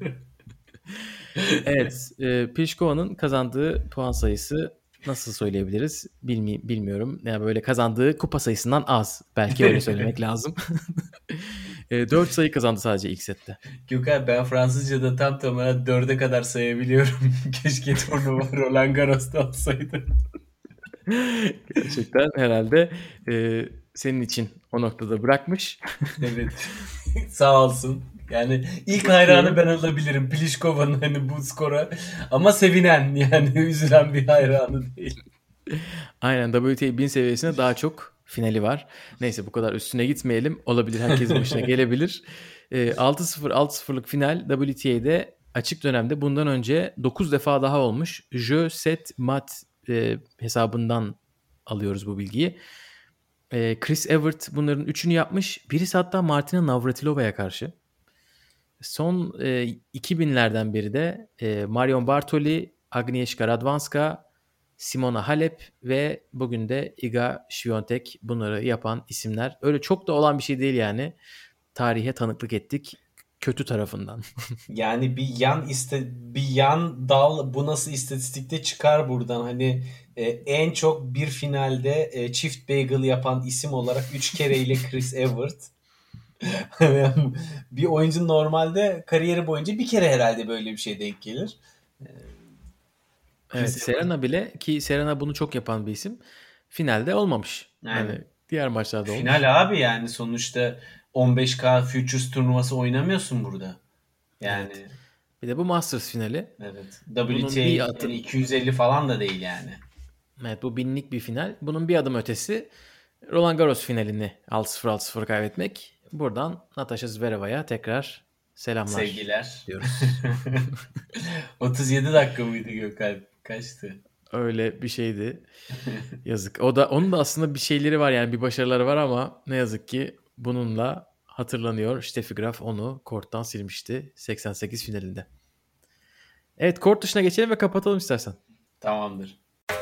Evet, Pliškova'nın kazandığı puan sayısı nasıl söyleyebiliriz bilmiyorum. Yani böyle kazandığı kupa sayısından az. Belki öyle söylemek lazım. 4 sayı kazandı sadece ilk sette. Gökhan, ben Fransızca'da tam tamına 4'e kadar sayabiliyorum. Keşke turnuva Roland Garros'ta olsaydı. Gerçekten herhalde senin için o noktada bırakmış. Evet. Sağ olsun. Yani ilk hayranı ben olabilirim Pliškova'nın hani bu skora. Ama sevinen, yani üzülen bir hayranı değil. Aynen, WTA 1000 seviyesinde daha çok finali var. Neyse, bu kadar üstüne gitmeyelim. Olabilir, herkesin başına gelebilir. 6-0'lık final WTA'de açık dönemde bundan önce 9 defa daha olmuş. Jeu, set, mat hesabından alıyoruz bu bilgiyi. Chris Evert bunların 3'ünü yapmış. Birisi hatta Martina Navratilova'ya karşı. Son 2000'lerden beri de Marion Bartoli, Agnieszka Radwanska, Simona Halep ve bugün de Iga Świątek bunları yapan isimler. Öyle çok da olan bir şey değil yani. Tarihe tanıklık ettik kötü tarafından. Yani bir yan dal bu nasıl istatistikte çıkar buradan. Hani en çok bir finalde çift bagel yapan isim olarak 3 kereyle Chris Evert. Bir oyuncu normalde kariyeri boyunca bir kere herhalde böyle bir şey denk gelir. Evet, Serena bile, ki Serena bunu çok yapan bir isim, finalde olmamış. Yani diğer maçlarda olmuş. Final abi, yani sonuçta 15K Futures turnuvası oynamıyorsun burada. Yani evet. Bir de bu Masters finali. Evet. WTA yani 250 falan da değil yani. Evet, bu binlik bir final. Bunun bir adım ötesi Roland Garros finalini 6-0 kaybetmek. Buradan Natasha Zvereva'ya tekrar selamlar Sevgiler. diyoruz. 37 dakika mıydı Gökalp? Kaçtı? Öyle bir şeydi. Yazık. Onun da aslında bir şeyleri var, yani bir başarıları var ama ne yazık ki bununla hatırlanıyor. Steffi Graf onu korttan silmişti 88 finalinde. Evet, kort dışına geçelim ve kapatalım istersen. Tamamdır.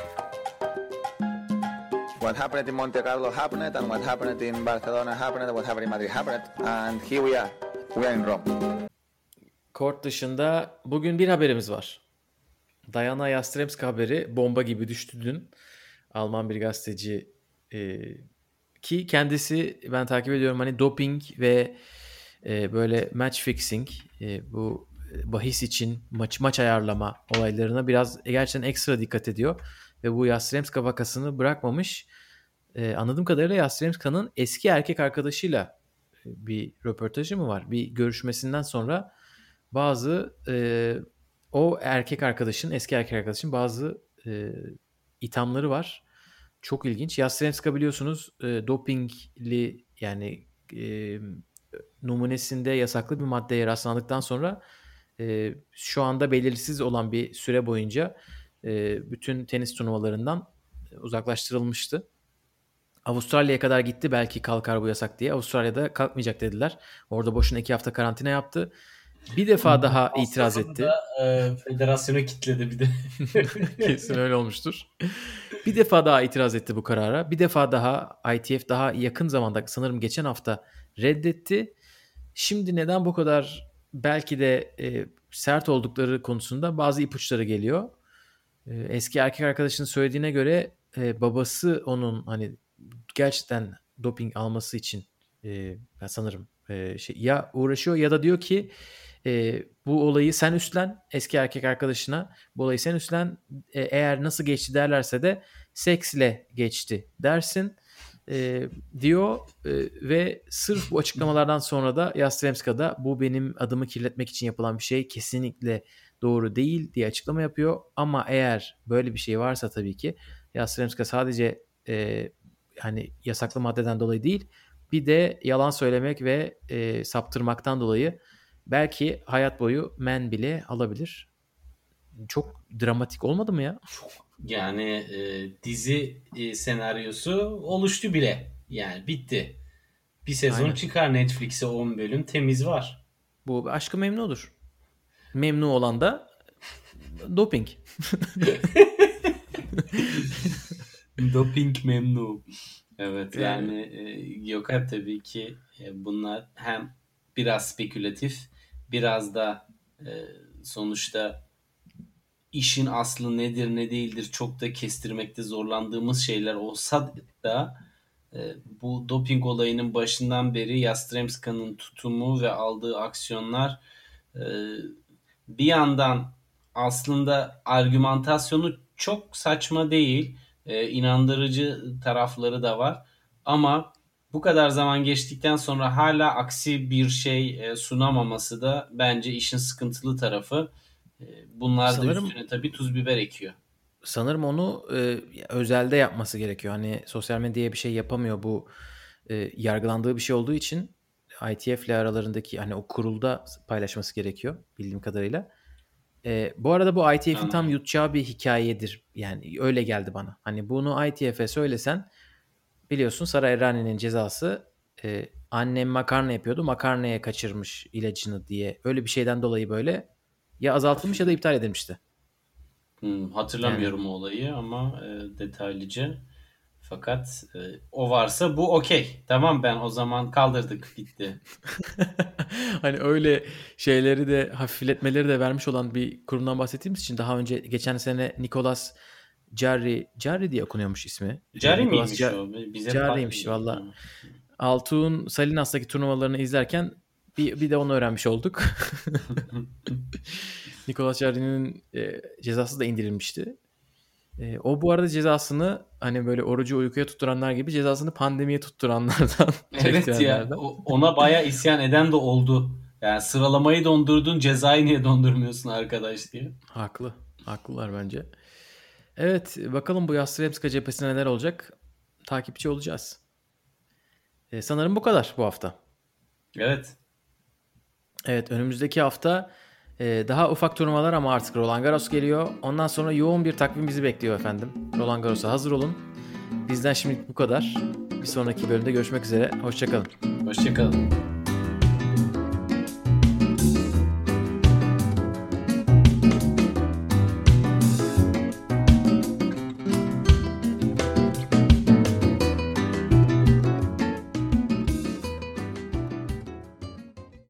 What happened in Monte Carlo happened, and what happened in Barcelona happened, what happened in Madrid happened, and here we are. We are in Rome. Kort dışında bugün bir haberimiz var. Diana Yastremska haberi bomba gibi düştü dün. Alman bir gazeteci ki kendisi, ben takip ediyorum, hani doping ve böyle match fixing, bu bahis için maç ayarlama olaylarına biraz gerçekten ekstra dikkat ediyor. Ve bu Yastremska vakasını bırakmamış. Anladığım kadarıyla Yastremska'nın eski erkek arkadaşıyla bir röportajı mı var? Bir görüşmesinden sonra bazı o eski erkek arkadaşın bazı ithamları var. Çok ilginç. Yastremska biliyorsunuz dopingli, yani numunesinde yasaklı bir maddeye rastlandıktan sonra şu anda belirsiz olan bir süre boyunca bütün tenis turnuvalarından uzaklaştırılmıştı. Avustralya'ya kadar gitti, belki kalkar bu yasak diye. Avustralya'da kalkmayacak dediler. Orada boşuna 2 hafta karantina yaptı. Bir defa daha itiraz etti. Federasyonu kitledi bir de. Kesin öyle olmuştur. Bir defa daha itiraz etti bu karara. Bir defa daha ITF daha yakın zamanda, sanırım geçen hafta reddetti. Şimdi neden bu kadar belki de sert oldukları konusunda bazı ipuçları geliyor. Eski erkek arkadaşının söylediğine göre babası onun hani gerçekten doping alması için sanırım ya uğraşıyor ya da diyor ki bu olayı sen üstlen, eski erkek arkadaşına bu olayı sen üstlen, eğer nasıl geçti derlerse de seksle geçti dersin diyor ve sırf bu açıklamalardan sonra da Yastremska'da bu benim adımı kirletmek için yapılan bir şey, kesinlikle doğru değil diye açıklama yapıyor. Ama eğer böyle bir şey varsa tabii ki Yastremska sadece hani yasaklı maddeden dolayı değil, bir de yalan söylemek ve saptırmaktan dolayı belki hayat boyu men bile alabilir. Çok dramatik olmadı mı ya? Yani dizi senaryosu oluştu bile. Yani bitti. Bir sezon Aynen. çıkar Netflix'e, 10 bölüm temiz var. Bu Aşk-ı Memnu'dur. Memnu olan da doping. Doping memnu. Evet yani Gökalp tabii ki bunlar hem biraz spekülatif, biraz da sonuçta işin aslı nedir ne değildir çok da kestirmekte zorlandığımız şeyler olsa da bu doping olayının başından beri Yastremska'nın tutumu ve aldığı aksiyonlar bir yandan aslında argümantasyonu çok saçma değil, inandırıcı tarafları da var ama bu kadar zaman geçtikten sonra hala aksi bir şey sunamaması da bence işin sıkıntılı tarafı. Bunlar da üstüne tabii tuz biber ekiyor. Sanırım onu özelde yapması gerekiyor. Hani sosyal medyaya bir şey yapamıyor, bu yargılandığı bir şey olduğu için ITF ile aralarındaki hani o kurulda paylaşması gerekiyor bildiğim kadarıyla. Bu arada bu ITF'in tam yutacağı bir hikayedir. Yani öyle geldi bana. Hani bunu ITF'e söylesen, biliyorsun Sara Errani'nin cezası annem makarna yapıyordu, makarnaya kaçırmış ilacını diye, öyle bir şeyden dolayı böyle ya azaltılmış ya da iptal edilmişti. Hatırlamıyorum o olayı ama detaylıca. Fakat o varsa bu okey. Tamam, ben o zaman kaldırdık, bitti. Hani öyle şeyleri de hafifletmeleri de vermiş olan bir kurumdan bahsettiğimiz için, daha önce geçen sene Nicolas Jarry diye okunuyormuş ismi. Jarry miymiş o? Bize Jarry'ymiş valla. Altun Salinas'taki turnuvalarını izlerken bir de onu öğrenmiş olduk. Nicolas Jarry'nin cezası da indirilmişti. O bu arada cezasını hani böyle orucu uykuya tutturanlar gibi cezasını pandemiye tutturanlardan. Evet ya, ona bayağı isyan eden de oldu. Yani sıralamayı dondurdun, cezayı niye dondurmuyorsun arkadaş diye. Haklılar bence. Evet, bakalım bu Yastremska cephesinde neler olacak, takipçi olacağız. Sanırım bu kadar bu hafta. Evet. Evet, önümüzdeki hafta daha ufak turnuvalar ama artık Roland Garros geliyor. Ondan sonra yoğun bir takvim bizi bekliyor efendim. Roland Garros'a hazır olun. Bizden şimdilik bu kadar. Bir sonraki bölümde görüşmek üzere. Hoşça kalın. Hoşça kalın.